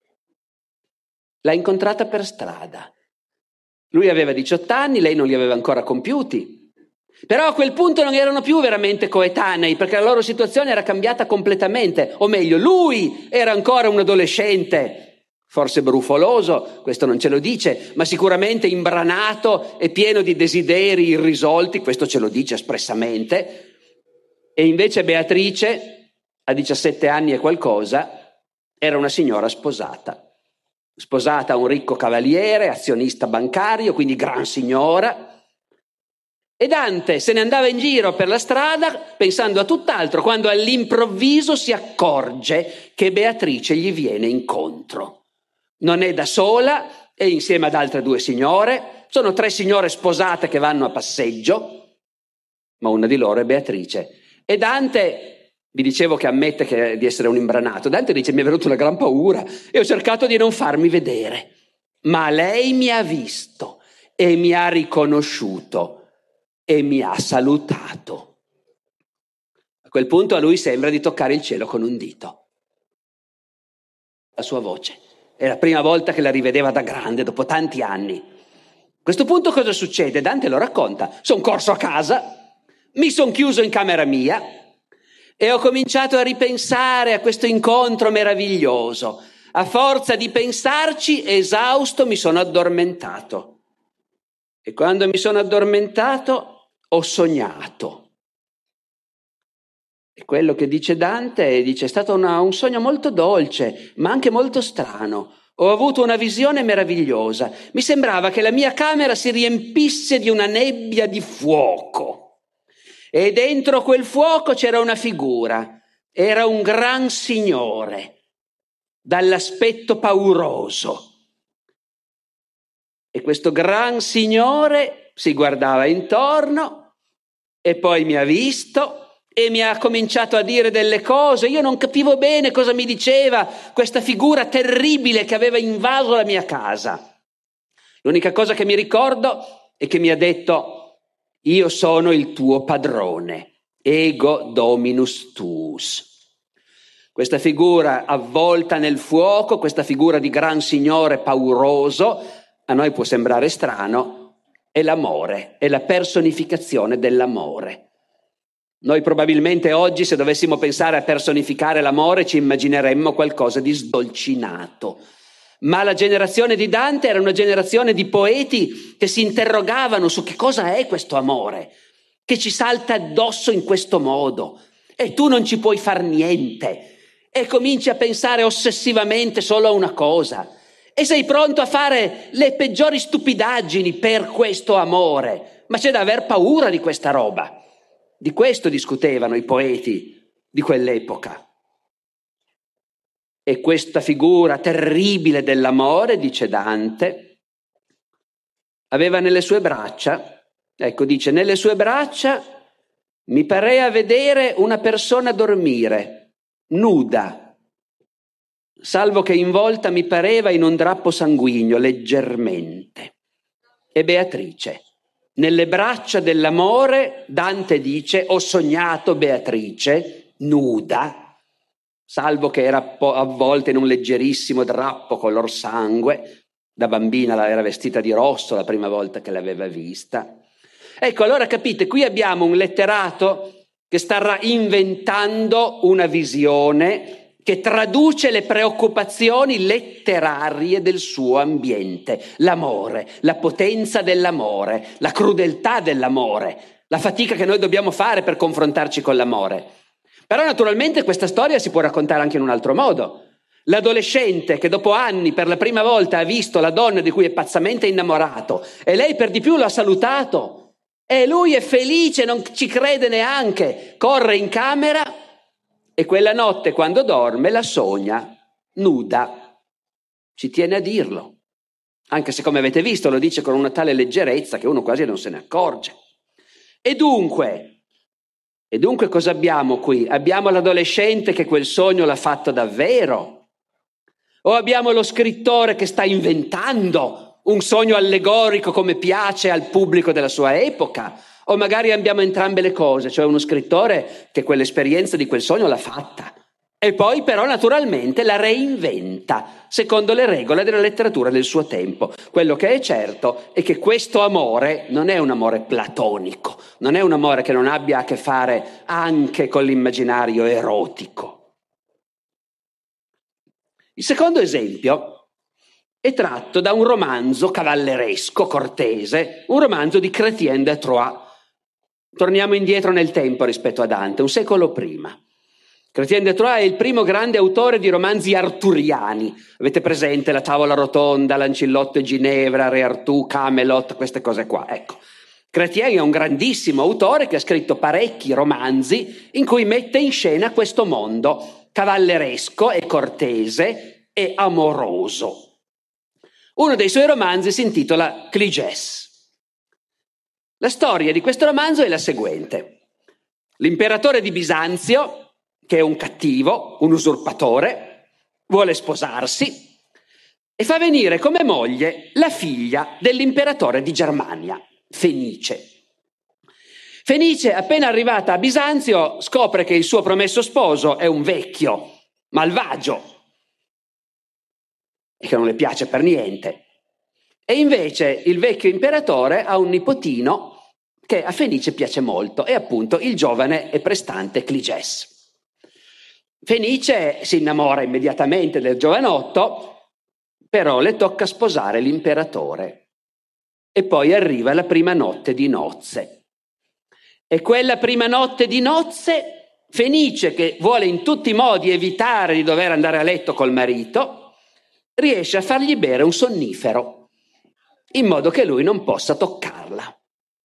L'ha incontrata per strada. Lui aveva diciotto anni, lei non li aveva ancora compiuti. Però a quel punto non erano più veramente coetanei, perché la loro situazione era cambiata completamente, o meglio, lui era ancora un adolescente, forse brufoloso, questo non ce lo dice, ma sicuramente imbranato e pieno di desideri irrisolti, questo ce lo dice espressamente, e invece Beatrice, a diciassette anni e qualcosa, era una signora sposata, sposata a un ricco cavaliere, azionista bancario, quindi gran signora. E Dante se ne andava in giro per la strada pensando a tutt'altro, quando all'improvviso si accorge che Beatrice gli viene incontro. Non è da sola, è insieme ad altre due signore, sono tre signore sposate che vanno a passeggio, ma una di loro è Beatrice. E Dante, vi dicevo che ammette che, di essere un imbranato, Dante dice mi è venuta una gran paura e ho cercato di non farmi vedere, ma lei mi ha visto e mi ha riconosciuto e mi ha salutato. A quel punto a lui sembra di toccare il cielo con un dito. La sua voce. È la prima volta che la rivedeva da grande, dopo tanti anni. A questo punto cosa succede? Dante lo racconta. Sono corso a casa, mi sono chiuso in camera mia e ho cominciato a ripensare a questo incontro meraviglioso. A forza di pensarci, esausto, mi sono addormentato. E quando mi sono addormentato ho sognato. E quello che dice Dante, dice, è stato una, un sogno molto dolce, ma anche molto strano. Ho avuto una visione meravigliosa. Mi sembrava che la mia camera si riempisse di una nebbia di fuoco. E dentro quel fuoco c'era una figura. Era un gran signore, dall'aspetto pauroso. E questo gran signore si guardava intorno e poi mi ha visto e mi ha cominciato a dire delle cose. Io non capivo bene cosa mi diceva questa figura terribile che aveva invaso la mia casa. L'unica cosa che mi ricordo è che mi ha detto: io sono il tuo padrone, ego dominus tuus. Questa figura avvolta nel fuoco, questa figura di gran signore pauroso, a noi può sembrare strano, è l'amore, è la personificazione dell'amore. Noi probabilmente oggi, se dovessimo pensare a personificare l'amore, ci immagineremmo qualcosa di sdolcinato. Ma la generazione di Dante era una generazione di poeti che si interrogavano su che cosa è questo amore, che ci salta addosso in questo modo e tu non ci puoi far niente e cominci a pensare ossessivamente solo a una cosa e sei pronto a fare le peggiori stupidaggini per questo amore, ma c'è da aver paura di questa roba. Di questo discutevano i poeti di quell'epoca. E questa figura terribile dell'amore, dice Dante, aveva nelle sue braccia, ecco dice, nelle sue braccia mi parea vedere una persona dormire, nuda. salvo che involta mi pareva in un drappo sanguigno, leggermente. E Beatrice, nelle braccia dell'amore, Dante dice, ho sognato Beatrice nuda, salvo che era avvolta in un leggerissimo drappo color sangue. Da bambina era vestita di rosso la prima volta che l'aveva vista. Ecco, allora capite, qui abbiamo un letterato che sta inventando una visione che traduce le preoccupazioni letterarie del suo ambiente, l'amore, la potenza dell'amore, la crudeltà dell'amore, la fatica che noi dobbiamo fare per confrontarci con l'amore. Però naturalmente questa storia si può raccontare anche in un altro modo. L'adolescente che dopo anni per la prima volta ha visto la donna di cui è pazzamente innamorato e lei per di più lo ha salutato e lui è felice, non ci crede neanche, corre in camera e quella notte quando dorme la sogna nuda. Ci tiene a dirlo, anche se come avete visto lo dice con una tale leggerezza che uno quasi non se ne accorge. E dunque, e dunque cosa abbiamo qui? Abbiamo l'adolescente che quel sogno l'ha fatto davvero? O abbiamo lo scrittore che sta inventando un sogno allegorico come piace al pubblico della sua epoca? O magari abbiamo entrambe le cose, cioè uno scrittore che quell'esperienza di quel sogno l'ha fatta e poi però naturalmente la reinventa secondo le regole della letteratura del suo tempo. Quello che è certo è che questo amore non è un amore platonico, non è un amore che non abbia a che fare anche con l'immaginario erotico. Il secondo esempio è tratto da un romanzo cavalleresco, cortese, un romanzo di Chrétien de Troyes. Torniamo indietro nel tempo rispetto a Dante, un secolo prima. Chrétien de Troyes è il primo grande autore di romanzi arturiani. Avete presente La tavola rotonda, Lancillotto e Ginevra, Re Artù, Camelot, queste cose qua. Ecco, Chrétien è un grandissimo autore che ha scritto parecchi romanzi in cui mette in scena questo mondo cavalleresco e cortese e amoroso. Uno dei suoi romanzi si intitola Cligès. La storia di questo romanzo è la seguente. L'imperatore di Bisanzio, che è un cattivo, un usurpatore, vuole sposarsi e fa venire come moglie la figlia dell'imperatore di Germania, Fenice. Fenice, appena arrivata a Bisanzio, scopre che il suo promesso sposo è un vecchio, malvagio, e che non le piace per niente. E invece il vecchio imperatore ha un nipotino che a Fenice piace molto, è appunto il giovane e prestante Cligès. Fenice si innamora immediatamente del giovanotto, però le tocca sposare l'imperatore. E poi arriva la prima notte di nozze. E quella prima notte di nozze, Fenice, che vuole in tutti i modi evitare di dover andare a letto col marito, riesce a fargli bere un sonnifero, in modo che lui non possa toccarla.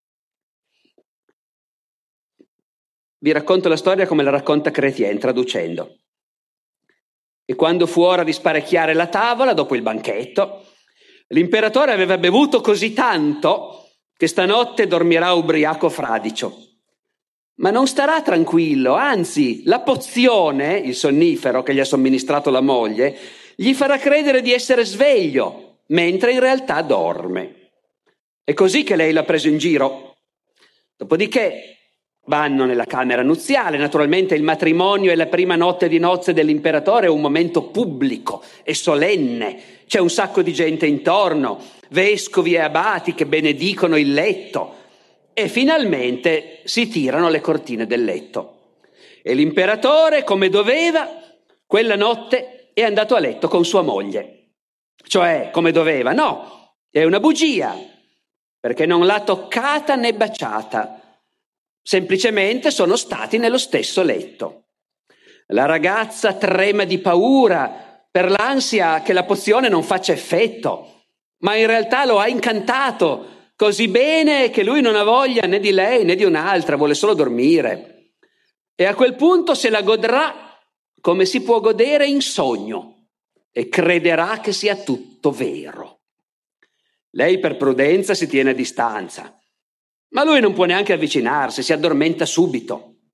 Vi racconto la storia come la racconta Chrétien, traducendo. E quando fu ora di sparecchiare la tavola, dopo il banchetto, l'imperatore aveva bevuto così tanto che stanotte dormirà ubriaco fradicio. Ma non starà tranquillo, anzi, la pozione, il sonnifero che gli ha somministrato la moglie, gli farà credere di essere sveglio, mentre in realtà dorme. È così che lei l'ha preso in giro. Dopodiché vanno nella camera nuziale, naturalmente il matrimonio e la prima notte di nozze dell'imperatore è un momento pubblico e solenne, c'è un sacco di gente intorno, vescovi e abati che benedicono il letto e finalmente si tirano le cortine del letto. E l'imperatore, come doveva, quella notte è andato a letto con sua moglie. Cioè, come doveva? No, è una bugia, perché non l'ha toccata né baciata. Semplicemente sono stati nello stesso letto. La ragazza trema di paura per l'ansia che la pozione non faccia effetto, ma in realtà lo ha incantato così bene che lui non ha voglia né di lei né di un'altra, vuole solo dormire. E a quel punto se la godrà come si può godere in sogno e crederà che sia tutto vero. Lei per prudenza si tiene a distanza. Ma lui non può neanche avvicinarsi, si addormenta subito.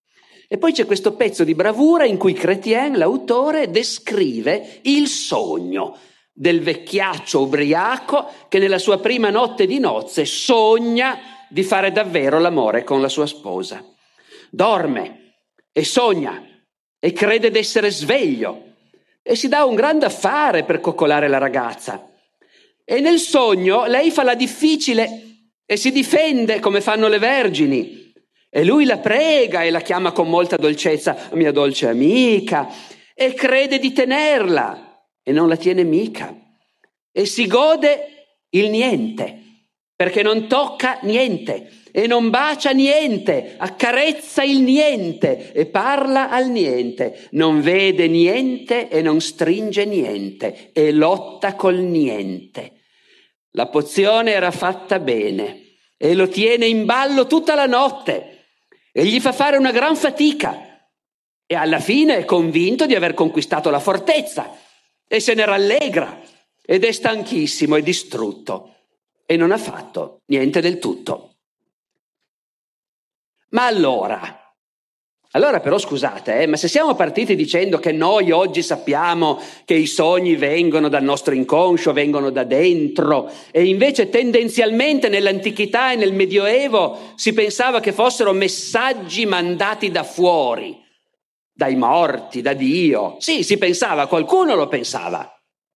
E poi c'è questo pezzo di bravura in cui Chrétien, l'autore, descrive il sogno del vecchiaccio ubriaco che nella sua prima notte di nozze sogna di fare davvero l'amore con la sua sposa. Dorme e sogna e crede d'essere sveglio e si dà un grande affare per coccolare la ragazza. E nel sogno lei fa la difficile e si difende come fanno le vergini. E lui la prega e la chiama con molta dolcezza mia dolce amica e crede di tenerla e non la tiene mica. E si gode il niente perché non tocca niente e non bacia niente, accarezza il niente e parla al niente, non vede niente e non stringe niente e lotta col niente. La pozione era fatta bene e lo tiene in ballo tutta la notte e gli fa fare una gran fatica e alla fine è convinto di aver conquistato la fortezza e se ne rallegra ed è stanchissimo e distrutto e non ha fatto niente del tutto. Ma allora, allora però scusate, eh, ma se siamo partiti dicendo che noi oggi sappiamo che i sogni vengono dal nostro inconscio, vengono da dentro, e invece tendenzialmente nell'antichità e nel Medioevo si pensava che fossero messaggi mandati da fuori, dai morti, da Dio. Sì, si pensava, qualcuno lo pensava.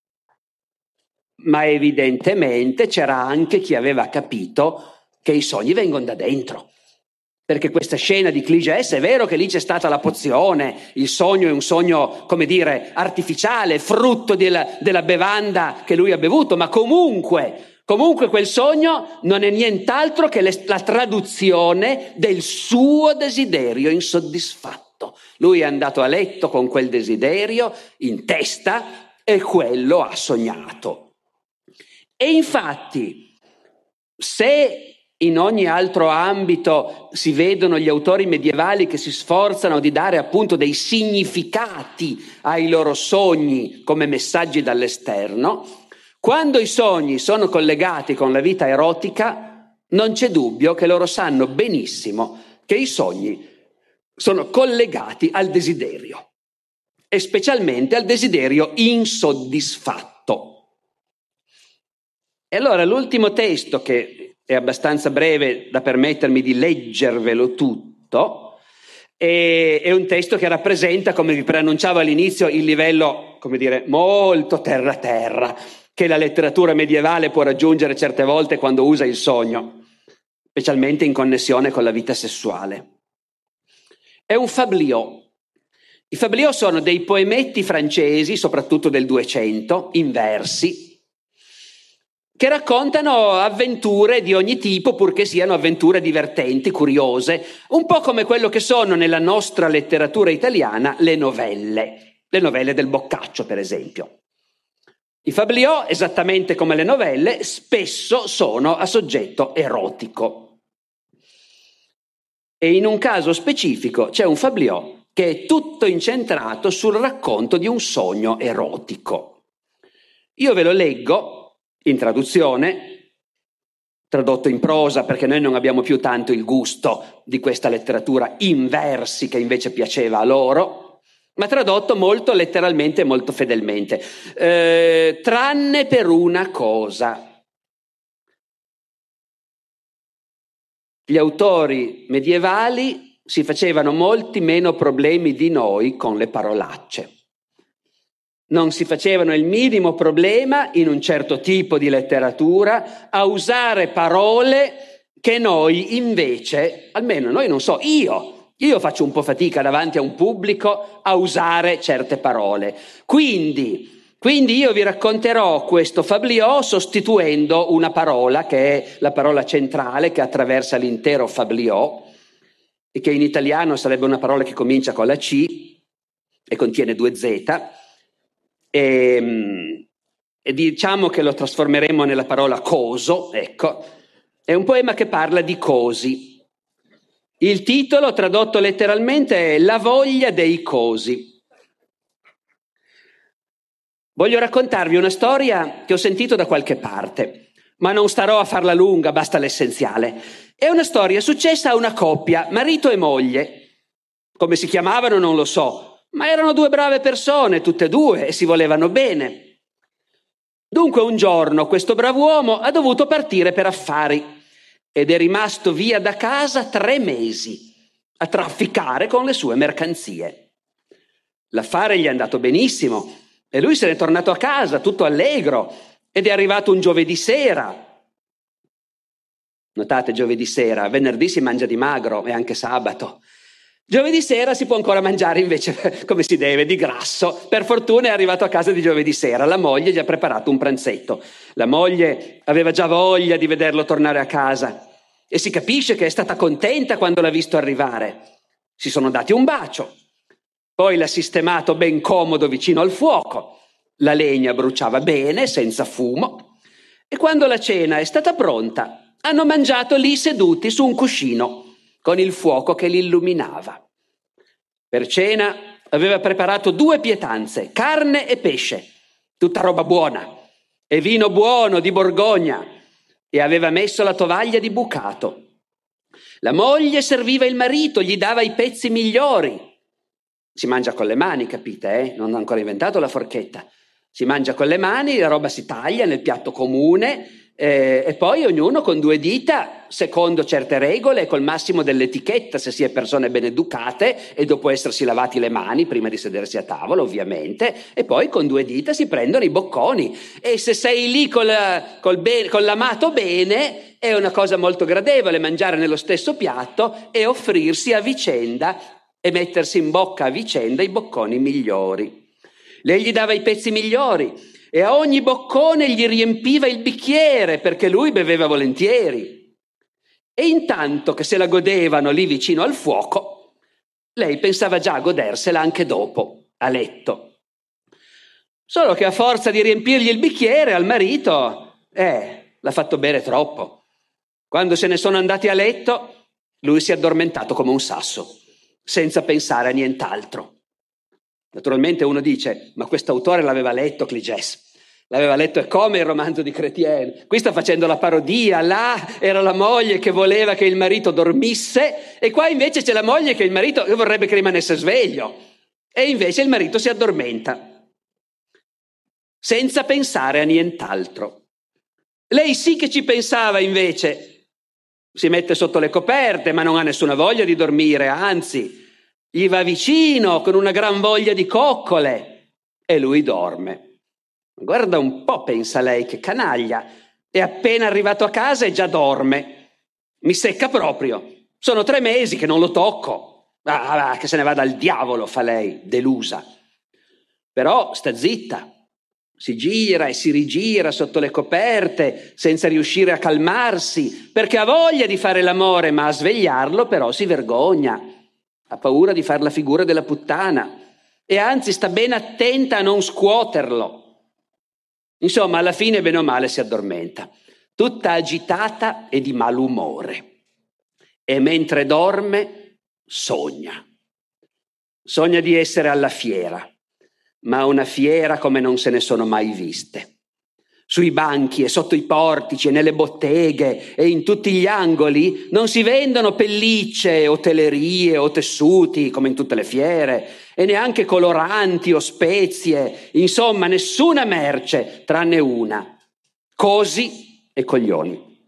Ma evidentemente c'era anche chi aveva capito che i sogni vengono da dentro. Perché questa scena di Cligès è vero che lì c'è stata la pozione, il sogno è un sogno, come dire, artificiale, frutto della, della bevanda che lui ha bevuto, ma comunque, comunque quel sogno non è nient'altro che le, la traduzione del suo desiderio insoddisfatto. Lui è andato a letto con quel desiderio in testa e quello ha sognato. E infatti, se in ogni altro ambito si vedono gli autori medievali che si sforzano di dare appunto dei significati ai loro sogni come messaggi dall'esterno, quando i sogni sono collegati con la vita erotica, non c'è dubbio che loro sanno benissimo che i sogni sono collegati al desiderio, e specialmente al desiderio insoddisfatto. E allora l'ultimo testo, che è abbastanza breve da permettermi di leggervelo tutto, e è un testo che rappresenta, come vi preannunciavo all'inizio, il livello, come dire, molto terra-terra che la letteratura medievale può raggiungere certe volte quando usa il sogno, specialmente in connessione con la vita sessuale. È un fabliau. I fabliaux sono dei poemetti francesi, soprattutto del Duecento, in versi, che raccontano avventure di ogni tipo, purché siano avventure divertenti, curiose, un po' come quello che sono nella nostra letteratura italiana le novelle, le novelle del Boccaccio, per esempio. I fabliaux, esattamente come le novelle, spesso sono a soggetto erotico. E in un caso specifico c'è un fabliau che è tutto incentrato sul racconto di un sogno erotico. Io ve lo leggo in traduzione, tradotto in prosa perché noi non abbiamo più tanto il gusto di questa letteratura in versi che invece piaceva a loro, ma tradotto molto letteralmente e molto fedelmente, eh, tranne per una cosa. Gli autori medievali si facevano molti meno problemi di noi con le parolacce. Non si facevano il minimo problema in un certo tipo di letteratura a usare parole che noi invece, almeno noi non so, io, io faccio un po' fatica davanti a un pubblico a usare certe parole. Quindi, quindi io vi racconterò questo fabliau sostituendo una parola che è la parola centrale che attraversa l'intero fabliau e che in italiano sarebbe una parola che comincia con la C e contiene due Z. E, e diciamo che lo trasformeremo nella parola coso, ecco. È un poema che parla di cosi. Il titolo, tradotto letteralmente, è La voglia dei cosi. Voglio raccontarvi una storia che ho sentito da qualche parte, ma non starò a farla lunga, basta l'essenziale. È una storia successa a una coppia, marito e moglie. Come si chiamavano non lo so, ma erano due brave persone, tutte e due, e si volevano bene. Dunque un giorno questo brav'uomo ha dovuto partire per affari ed è rimasto via da casa tre mesi a trafficare con le sue mercanzie. L'affare gli è andato benissimo e lui se n'è tornato a casa tutto allegro ed è arrivato un giovedì sera. Notate, giovedì sera, venerdì si mangia di magro e anche sabato. Giovedì sera si può ancora mangiare invece come si deve, di grasso. Per fortuna è arrivato a casa di giovedì sera, la moglie gli ha preparato un pranzetto. La moglie aveva già voglia di vederlo tornare a casa e si capisce che è stata contenta quando l'ha visto arrivare. Si sono dati un bacio, poi l'ha sistemato ben comodo vicino al fuoco. La legna bruciava bene, senza fumo, e quando la cena è stata pronta hanno mangiato lì seduti su un cuscino con il fuoco che li illuminava. Per cena aveva preparato due pietanze, carne e pesce, tutta roba buona, e vino buono di Borgogna, e aveva messo la tovaglia di bucato. La moglie serviva il marito, gli dava i pezzi migliori. Si mangia con le mani, capite, eh? Non ho ancora inventato la forchetta. Si mangia con le mani, la roba si taglia nel piatto comune, Eh, e poi ognuno con due dita, secondo certe regole e col massimo dell'etichetta, se si è persone ben educate e dopo essersi lavati le mani prima di sedersi a tavola, ovviamente, e poi con due dita si prendono i bocconi. E se sei lì col, col be- con l'amato bene, è una cosa molto gradevole mangiare nello stesso piatto e offrirsi a vicenda e mettersi in bocca a vicenda i bocconi migliori. Lei gli dava i pezzi migliori e a ogni boccone gli riempiva il bicchiere perché lui beveva volentieri. E intanto che se la godevano lì vicino al fuoco, lei pensava già a godersela anche dopo, a letto. Solo che a forza di riempirgli il bicchiere al marito, eh, l'ha fatto bere troppo. Quando se ne sono andati a letto, lui si è addormentato come un sasso, senza pensare a nient'altro. Naturalmente uno dice, ma quest'autore l'aveva letto Cligès, l'aveva letto, è come il romanzo di Chrétien, qui sta facendo la parodia, là era la moglie che voleva che il marito dormisse e qua invece c'è la moglie che il marito che vorrebbe che rimanesse sveglio e invece il marito si addormenta senza pensare a nient'altro. Lei sì che ci pensava invece, si mette sotto le coperte ma non ha nessuna voglia di dormire, anzi gli va vicino con una gran voglia di coccole e lui dorme. Guarda un po', pensa lei, che canaglia, è appena arrivato a casa e già dorme. Mi secca proprio, sono tre mesi che non lo tocco. Ah, che se ne vada al diavolo, fa lei, delusa. Però sta zitta, si gira e si rigira sotto le coperte senza riuscire a calmarsi perché ha voglia di fare l'amore, ma a svegliarlo però si vergogna. Ha paura di far la figura della puttana e anzi sta ben attenta a non scuoterlo. Insomma, alla fine bene o male si addormenta, tutta agitata e di malumore. E mentre dorme sogna. Sogna di essere alla fiera, ma una fiera come non se ne sono mai viste. Sui banchi e sotto i portici e nelle botteghe e in tutti gli angoli non si vendono pellicce o telerie o tessuti come in tutte le fiere e neanche coloranti o spezie, insomma nessuna merce tranne una, cosi e coglioni.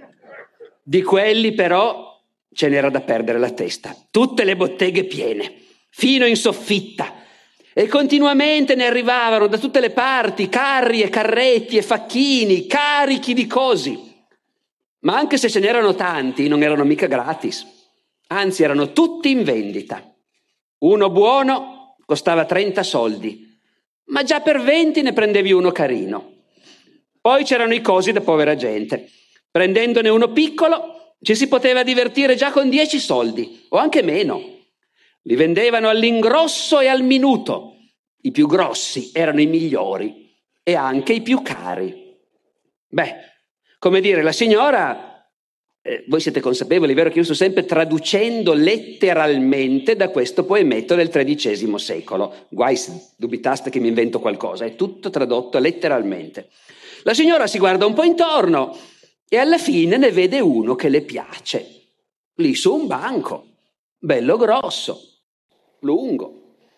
Di quelli però ce n'era da perdere la testa, tutte le botteghe piene, fino in soffitta. E continuamente ne arrivavano da tutte le parti carri e carretti e facchini carichi di cosi. Ma anche se ce n'erano tanti, non erano mica gratis. Anzi, erano tutti in vendita. Uno buono costava trenta soldi, ma già per venti ne prendevi uno carino. Poi c'erano i cosi da povera gente. Prendendone uno piccolo ci si poteva divertire già con dieci soldi, o anche meno. Li vendevano all'ingrosso e al minuto. I più grossi erano i migliori e anche i più cari. Beh, come dire, la signora, eh, voi siete consapevoli, è vero che io sto sempre traducendo letteralmente da questo poemetto del tredicesimo secolo. Guai se dubitaste che mi invento qualcosa, è tutto tradotto letteralmente. La signora si guarda un po' intorno e alla fine ne vede uno che le piace, lì su un banco, bello grosso. lungo.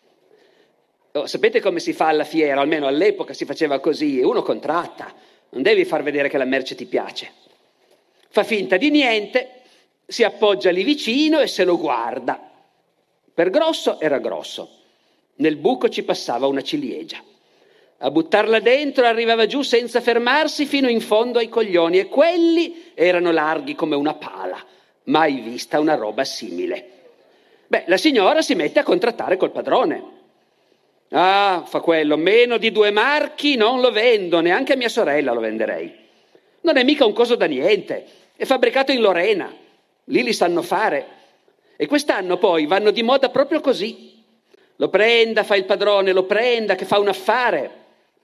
Oh, sapete come si fa alla fiera? Almeno all'epoca si faceva così, uno contratta, non devi far vedere che la merce ti piace. Fa finta di niente, si appoggia lì vicino e se lo guarda. Per grosso era grosso, nel buco ci passava una ciliegia. A buttarla dentro arrivava giù senza fermarsi fino in fondo ai coglioni e quelli erano larghi come una pala. Mai vista una roba simile. Beh, la signora si mette a contrattare col padrone. Ah, fa quello, meno di due marchi non lo vendo, neanche a mia sorella lo venderei. Non è mica un coso da niente, è fabbricato in Lorena, lì li sanno fare. E quest'anno poi vanno di moda proprio così. Lo prenda, fa il padrone, lo prenda, che fa un affare.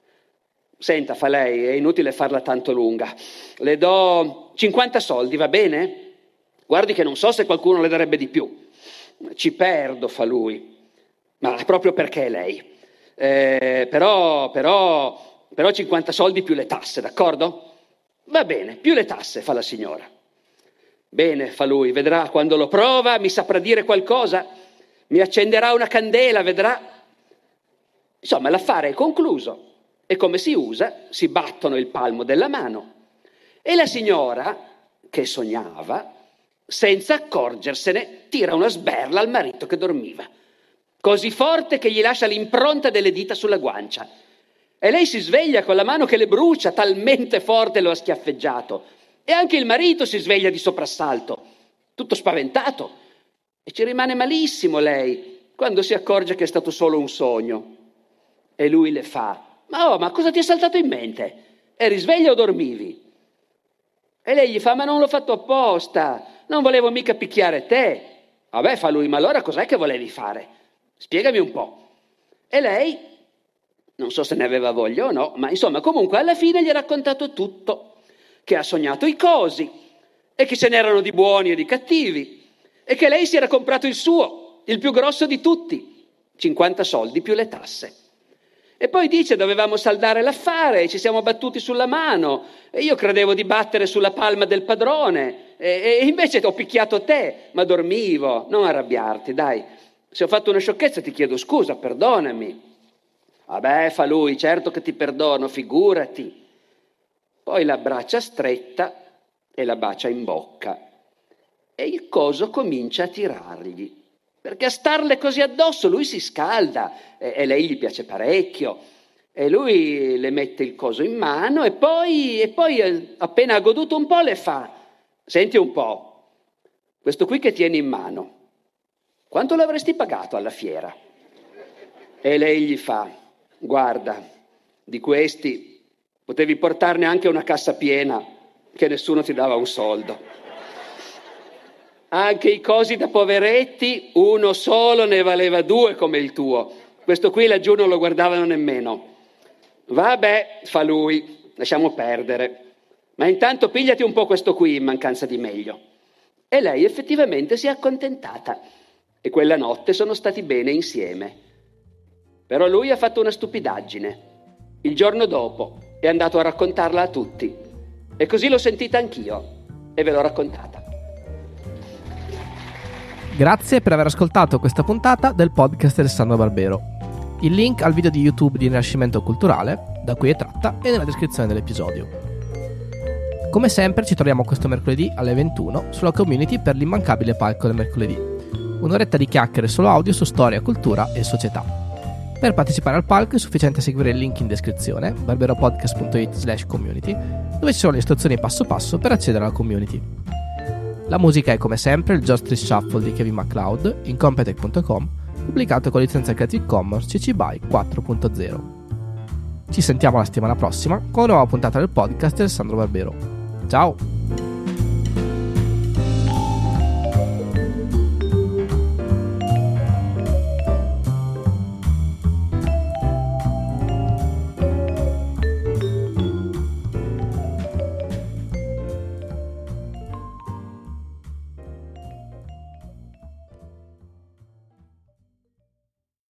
Senta, fa lei, è inutile farla tanto lunga. Le do cinquanta soldi, va bene? Guardi che non so se qualcuno le darebbe di più. Ci perdo, fa lui. Ma proprio perché lei. Eh, però, però, però cinquanta soldi più le tasse, d'accordo? Va bene, più le tasse, fa la signora. Bene, fa lui, vedrà, quando lo prova mi saprà dire qualcosa, mi accenderà una candela, vedrà. Insomma, l'affare è concluso. E come si usa, si battono il palmo della mano. E la signora, che sognava, senza accorgersene, tira una sberla al marito che dormiva, così forte che gli lascia l'impronta delle dita sulla guancia. E lei si sveglia con la mano che le brucia, talmente forte lo ha schiaffeggiato. E anche il marito si sveglia di soprassalto, tutto spaventato. E ci rimane malissimo lei, quando si accorge che è stato solo un sogno. E lui le fa: Ma oh, ma cosa ti è saltato in mente? Eri sveglia o dormivi? E lei gli fa: Ma non l'ho fatto apposta, non volevo mica picchiare te. Vabbè, fa lui, ma allora cos'è che volevi fare? Spiegami un po'. E lei, non so se ne aveva voglia o no, ma insomma comunque alla fine gli ha raccontato tutto, che ha sognato i cosi e che ce n'erano di buoni e di cattivi e che lei si era comprato il suo, il più grosso di tutti, cinquanta soldi più le tasse. E poi dice: dovevamo saldare l'affare, ci siamo battuti sulla mano e io credevo di battere sulla palma del padrone e, e invece ho picchiato te, ma dormivo. Non arrabbiarti, dai, se ho fatto una sciocchezza ti chiedo scusa, perdonami. Vabbè, fa lui, certo che ti perdono, figurati. Poi la abbraccia stretta e la bacia in bocca e il coso comincia a tirargli. Perché a starle così addosso lui si scalda e, e lei gli piace parecchio e lui le mette il coso in mano e poi, e poi appena ha goduto un po' le fa: senti un po', questo qui che tieni in mano, quanto l'avresti pagato alla fiera? E lei gli fa: guarda, di questi potevi portarne anche una cassa piena che nessuno ti dava un soldo. Anche i cosi da poveretti, uno solo ne valeva due come il tuo. Questo qui laggiù non lo guardavano nemmeno. Vabbè, fa lui, lasciamo perdere. Ma intanto pigliati un po' questo qui in mancanza di meglio. E lei effettivamente si è accontentata. E quella notte sono stati bene insieme. Però lui ha fatto una stupidaggine. Il giorno dopo è andato a raccontarla a tutti. E così l'ho sentita anch'io. E ve l'ho raccontata. Grazie per aver ascoltato questa puntata del podcast di Alessandro Barbero. Il link al video di YouTube di Rinascimento Culturale, da cui è tratta, è nella descrizione dell'episodio. Come sempre ci troviamo questo mercoledì alle ventuno sulla community per l'immancabile palco del mercoledì. Un'oretta di chiacchiere solo audio su storia, cultura e società. Per partecipare al palco è sufficiente seguire il link in descrizione, barberopodcast.it slash community, dove ci sono le istruzioni passo passo per accedere alla community. La musica è come sempre il George Street Shuffle di Kevin MacLeod in Competech punto com, pubblicato con licenza Creative Commons C C B Y quattro punto zero. Ci sentiamo la settimana prossima con una nuova puntata del podcast di Alessandro Barbero. Ciao!